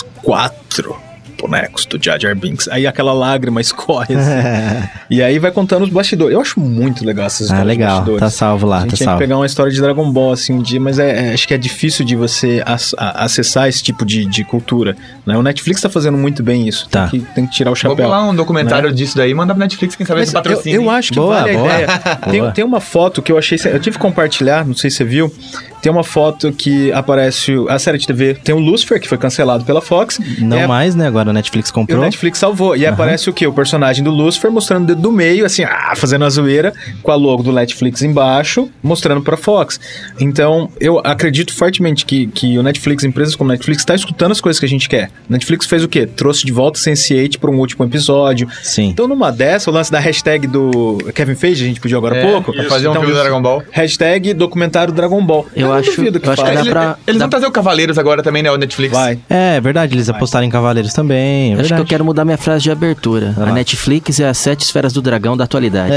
4 bonecos do Jar Jar Binks. Aí aquela lágrima escorre assim. E aí vai contando os bastidores. Eu acho muito legal essas histórias de Legal, bastidores. tá salvo lá, A gente tá tinha salvo. que pegar uma história de Dragon Ball assim um dia, mas acho que é difícil de você acessar esse tipo de cultura, né? O Netflix tá fazendo muito bem isso. Tá. Tem que tirar o Vou chapéu. pular um documentário disso daí e mandar pro Netflix, quem sabe Mas esse patrocínio. eu acho que Boa, vale boa. a ideia. Boa. Tem uma foto que eu achei... Eu tive que compartilhar, não sei se você viu. Tem uma foto que aparece a série de TV. Tem o Lucifer, que foi cancelado pela Fox. Não mais, né? Agora a Netflix E o comprou. Netflix salvou. E aparece o quê? O personagem do Lucifer mostrando o dedo do meio, assim, fazendo a zoeira, com a logo do Netflix embaixo, mostrando pra Fox. Então, eu acredito fortemente que o Netflix, empresas como Netflix, tá escutando as coisas que a gente quer. Netflix fez o quê? Trouxe de volta Sense8 pra um último episódio. Sim. Então, numa dessa, o lance da hashtag do Kevin Feige, a gente pediu agora há pouco. Pra fazer um Então, filme do Dragon Ball. Hashtag documentário Dragon Ball. Eu não acho- duvido que eu acho que faça. dá pra- Eles vão trazer o Cavaleiros agora também, né? O Netflix. Vai. É verdade, eles apostaram em Cavaleiros também. É Acho que verdade. eu quero mudar minha frase de abertura. Vai A lá. Netflix é as 7 esferas do dragão da atualidade.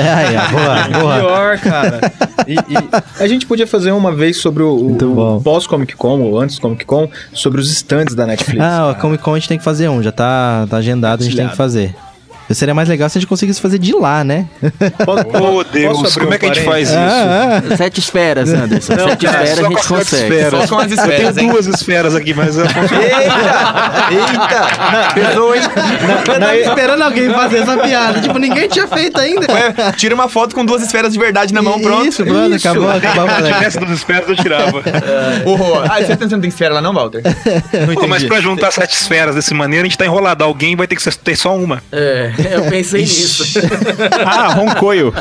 Boa. Pior, cara. E a gente podia fazer uma vez sobre Muito bom. o pós-Comic Con, ou antes do Comic Con, sobre os stands da Netflix. A Comic Con a gente tem que fazer um, já tá agendado, a gente tem que fazer. Seria mais legal se a gente conseguisse fazer de lá, né? Oh, Deus, como é que a gente faz isso? 7 esferas, Anderson. 7 Cara, esferas só a gente com as consegue. esferas. Só com as Eu esferas, tenho hein? 2 esferas aqui, mas eu Eita! Pesou, hein? Eu tava esperando alguém fazer essa piada. Tipo, ninguém tinha feito ainda. Ué, tira uma foto com 2 esferas de verdade na mão, pronto. Isso, pronto, acabou. se eu tivesse 2 esferas, eu tirava. Você não tem esfera lá não, Walter? Pô, mas pra juntar 7 esferas desse maneira, a gente tá enrolado. Alguém vai ter que ter só uma. Eu pensei nisso. Roncoio.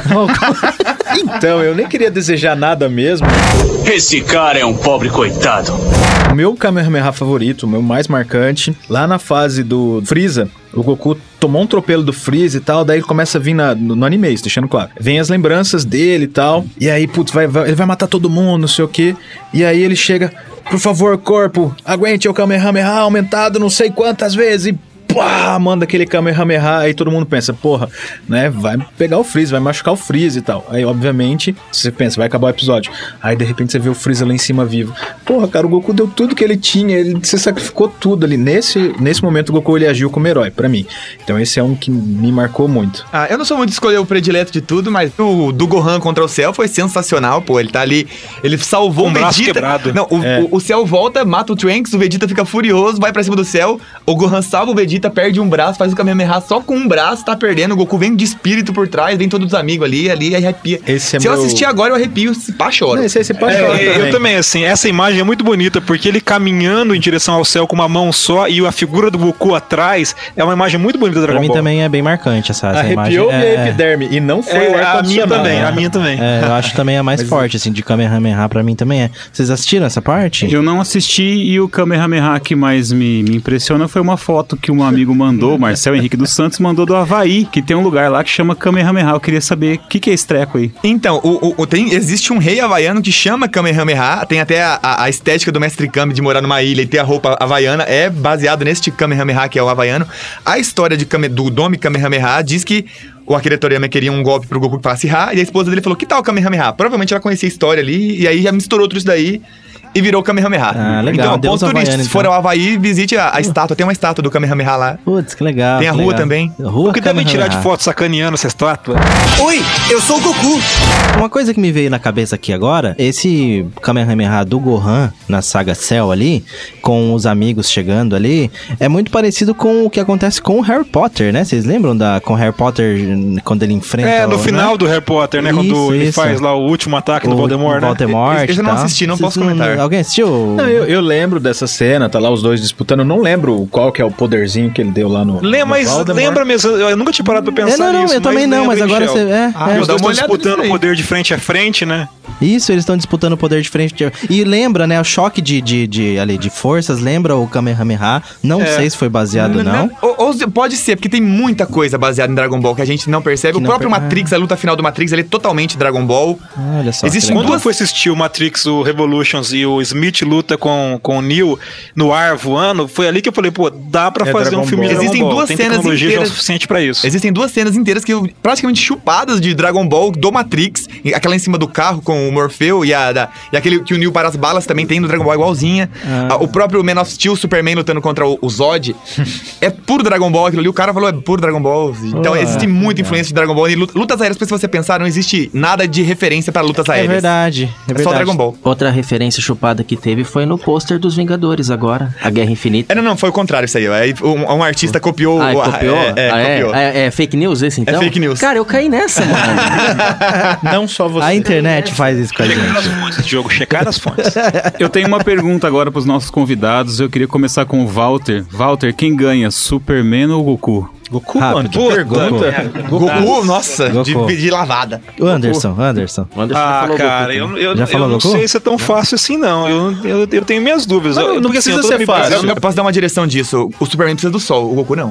Então, eu nem queria desejar nada mesmo. Esse cara é um pobre coitado. O meu Kamehameha favorito, o meu mais marcante, lá na fase do Freeza, o Goku tomou um atropelo do Freeza e tal, daí ele começa a vir no anime, isso deixando claro. Vem as lembranças dele e tal, e aí, putz, ele vai matar todo mundo, não sei o quê, e aí ele chega, por favor, corpo, aguente o Kamehameha aumentado não sei quantas vezes, e pá, manda aquele Kamehameha, aí todo mundo pensa, porra, né, vai pegar o Freeza, vai machucar o Freeza e tal. Aí, obviamente, você pensa, vai acabar o episódio. Aí, de repente, você vê o Freeza lá em cima vivo. Porra, cara, o Goku deu tudo que ele tinha, você sacrificou tudo ali. Nesse momento, o Goku, ele agiu como herói, pra mim. Então, esse é um que me marcou muito. Eu não sou muito de escolher o predileto de tudo, mas o do Gohan contra o Cell foi sensacional, pô. Ele tá ali, ele salvou Com o o braço Vegeta. quebrado. Não, o Cell volta, mata o Trunks, o Vegeta fica furioso, vai pra cima do Cell, o Gohan salva o Vegeta, perde um braço, faz o Kamehameha só com um braço, tá perdendo, o Goku vem de espírito por trás, vem todos os amigos ali arrepia. Esse é Se eu meu- assistir agora, eu arrepio, se pá, choro. Esse pode falar Eu também, assim, essa imagem é muito bonita, porque ele caminhando em direção ao céu com uma mão só e a figura do Goku atrás é uma imagem muito bonita do Pra Dragon mim Ball. também é bem marcante essa imagem. Arrepiou minha epiderme, e não foi o a minha ar-condicionado. também, a minha também. Eu acho também a mais forte, assim, de Kamehameha pra mim também é. Vocês assistiram essa parte? Eu não assisti e o Kamehameha que mais me impressiona foi uma foto que um amigo mandou, o Marcel Henrique dos Santos, mandou do Havaí, que tem um lugar lá que chama Kamehameha. Eu queria saber o que é esse treco aí. Então, existe um rei havaiano que chama Kamehameha, tem até a estética do Mestre Kami de morar numa ilha e ter a roupa havaiana, é baseado neste Kamehameha que é o havaiano. A história do nome Kamehameha diz que o Akira Toriyama queria um golpe pro Goku que falasse Ha, e a esposa dele falou, que tal Kamehameha? Provavelmente ela conhecia a história ali, e aí já misturou tudo isso daí. e virou Kamehameha. Ah, legal. Então, Deus ponto turístico. havaiano, Se for ao Havaí, visite a estátua. Tem uma estátua do Kamehameha lá. Putz, que legal. Tem a que rua legal. também. Rua O que devem tirar de Kamehameha. foto sacaneando essa estátua? Oi, eu sou o Goku. Uma coisa que me veio na cabeça aqui agora, esse Kamehameha do Gohan na saga Cell ali, com os amigos chegando ali, é muito parecido com o que acontece com o Harry Potter, né? Vocês lembram com o Harry Potter quando ele enfrenta No o, final do Harry Potter, né? Quando ele Isso. faz lá o último ataque do Voldemort, né? Voldemort, Esse eu não tá? assisti, não Vocês posso comentar. Alguém assistiu? Não, eu lembro dessa cena, tá lá os dois disputando. Eu não lembro qual que é o poderzinho que ele deu lá no. Mas Voldemort. lembra mesmo, eu nunca tinha parado pra pensar não, nisso. eu também não, mas lembra, agora Michel. você... Os dá dois uma estão olhada disputando nisso aí. o poder de frente a frente, né? Isso, eles estão disputando o poder de frente. E lembra, né, o choque de forças, lembra o Kamehameha. Não sei se foi baseado, não. Ou pode ser, porque tem muita coisa baseada em Dragon Ball que a gente não percebe. Que O não próprio per- Matrix, a luta final do Matrix, ele é totalmente Dragon Ball. Olha só. Existe que legal. Quando eu fui assistir o Matrix, o Revolutions e o Smith luta com o Neo no ar voando, foi ali que eu falei, pô, dá pra fazer Dragon um filme Ball. de Dragon Existem Ball. duas Tem cenas tecnologia já o inteiras- suficiente pra isso. Existem duas cenas inteiras que praticamente chupadas de Dragon Ball do Matrix. E aquela em cima do carro com o Morpheu e aquele que o Neo para as balas também tem no Dragon Ball igualzinha. O próprio Man of Steel, Superman lutando contra o Zod. É puro Dragon Ball aquilo ali. O cara falou, é puro Dragon Ball. Então existe muita influência de Dragon Ball. E lutas aéreas, se você pensar, não existe nada de referência pra lutas É aéreas. verdade. É só Dragon Ball. Outra referência chupada que teve foi no pôster dos Vingadores agora, a Guerra Infinita. Não, foi o contrário isso aí. Aí um artista copiou. Copiou? Copiou. É fake news esse, então? É fake news. Cara, eu caí nessa, mano. Não só você. A internet faz isso com a Checar nas gente. fontes, Diogo, checar nas fontes. Eu tenho uma pergunta agora pros nossos convidados. Eu queria começar com o Walter. Walter, quem ganha, Superman ou Goku? Goku, Rápido. mano, que pergunta. Goku, nossa, Goku. de lavada. O Anderson. O Anderson Ah, falou cara, Goku, eu Já falou não Goku? sei se é tão fácil assim, não. Eu tenho minhas dúvidas. Não, não Porque assim, precisa eu tô ser me fácil. baseando- Eu posso dar uma direção disso. O Superman precisa do sol, o Goku não.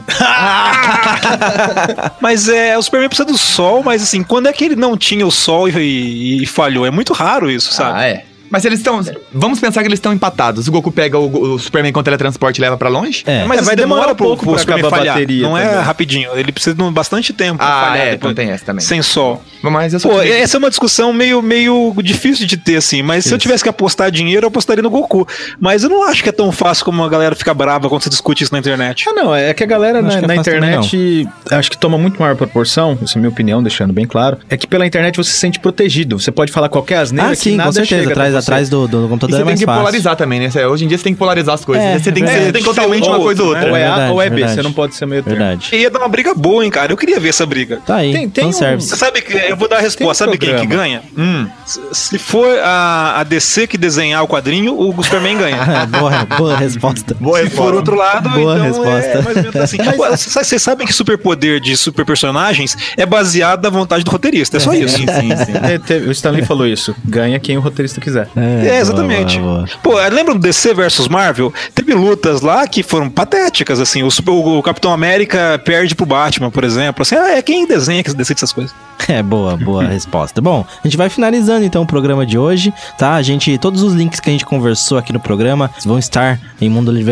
Mas o Superman precisa do sol, mas assim, quando é que ele não tinha o sol e falhou? É muito raro isso, sabe? É. Mas eles estão. Vamos pensar que eles estão empatados. O Goku pega o Superman com teletransporte e leva pra longe? Mas vai demorar um pouco pra Superman acabar a falhar. bateria Não é também. rapidinho. Ele precisa de bastante tempo pra falhar. então tem essa também. Sem sol. Mas eu sou. Pô, essa é uma discussão meio difícil de ter, assim. Mas se eu tivesse que apostar dinheiro, eu apostaria no Goku. Mas eu não acho que é tão fácil como a galera fica brava quando você discute isso na internet. Ah, não, é que a galera Acho que é na fácil internet, acho que toma muito maior proporção, essa é a minha opinião, deixando bem claro, é que pela internet você se sente protegido, você pode falar qualquer asneira Ah, que sim, nada com certeza. chega até você. Atrás do E computador você é tem mais que fácil. polarizar também, né? Hoje em dia você tem que polarizar as coisas. É, Você tem que é ser verdade. totalmente uma coisa ou outra. Ou é A Verdade, ou é B, verdade. você não pode ser meio termo. Verdade. E ia dar uma briga boa, hein, cara? Eu queria ver essa briga. Tá aí. Tem um- Fanservice. Você sabe que eu vou dar a resposta. Tem um Sabe quem que programa. ganha? Se for a DC que desenhar o quadrinho, o Superman ganha. Boa resposta. Boa Se resposta. for outro lado, Boa então resposta. é mais ou menos assim. Pô, vocês sabem que superpoder de super personagens é baseado na vontade do roteirista. É só isso. O Stanley falou isso, ganha quem o roteirista quiser. Exatamente. Boa. Pô, lembra do DC versus Marvel? Teve lutas lá que foram patéticas, assim. O Capitão América perde pro Batman, por exemplo. Assim, é quem desenha que decide essas coisas. Boa resposta. Bom, a gente vai finalizando então o programa de hoje, tá? Todos os links que a gente conversou aqui no programa vão estar em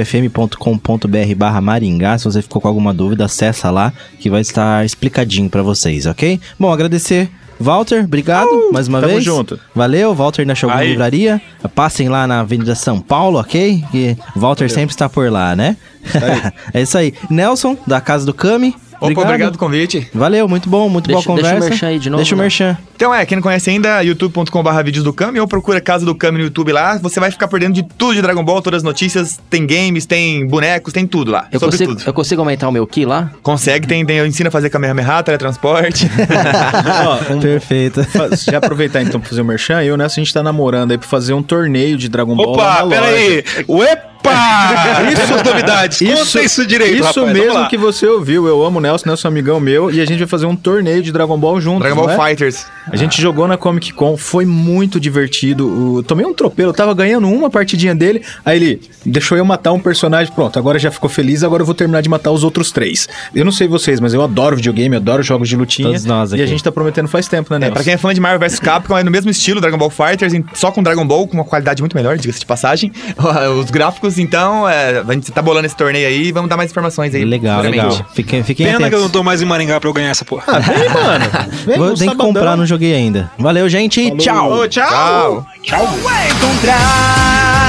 mundolivrefm.com.br/Maringá. Se você ficou com alguma dúvida, acessa lá que vai estar explicadinho pra vocês, ok? Bom, agradecer Walter, obrigado mais uma tamo vez. junto. Valeu, Walter na Shogun Aí. Livraria. Passem lá na Avenida São Paulo, ok? Que Walter sempre está por lá, né? É isso aí. Nelson, da Casa do Kami. Opa, obrigado pelo convite. Valeu, muito bom, muito boa Deixa o conversa. merchan aí de novo, Deixa o né? merchan. Então quem não conhece ainda, youtube.com/vídeos do Kami ou procura Casa do Kami no YouTube lá. Você vai ficar por dentro de tudo de Dragon Ball, todas as notícias. Tem games, tem bonecos, tem tudo lá. Eu sobre consigo, tudo. eu consigo aumentar o meu ki lá? Consegue, eu ensino a fazer Kamehameha, teletransporte. Perfeito. Já aproveitar então pra fazer o merchan, eu nessa a gente tá namorando aí pra fazer um torneio de Dragon Ball lá Opa, na pera loja. aí. Uepa! Isso novidades. Conta isso direito, Isso rapaz. Vamos mesmo lá. que você ouviu. Eu amo o Nelson é um amigão meu e a gente vai fazer um torneio de Dragon Ball juntos. Dragon não Ball é? Fighters. A gente jogou na Comic Con, foi muito divertido. Tomei um tropeiro, eu tava ganhando uma partidinha dele, aí ele deixou eu matar um personagem, pronto, agora já ficou feliz, agora eu vou terminar de matar os outros 3. Eu não sei vocês, mas eu adoro videogame, adoro jogos de lutinha. Todos nós E aqui. a gente tá prometendo faz tempo, né, Nelson? Pra quem é fã de Marvel vs Capcom, é no mesmo estilo, Dragon Ball Fighters, só com Dragon Ball, com uma qualidade muito melhor, diga-se de passagem. Os gráficos, então, a gente tá bolando esse torneio aí, vamos dar mais informações aí. Legal, futuramente. legal. Fiquem Pena que eu não atentos. tô mais em Maringá pra eu ganhar essa porra. Ah, vem, mano. Vem no Tem que sabadão. comprar, não joguei ainda. Valeu, gente. Tchau. Tchau. Encontrar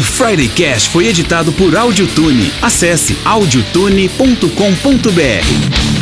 Friday Cast foi editado por Audiotune. Acesse audiotune.com.br.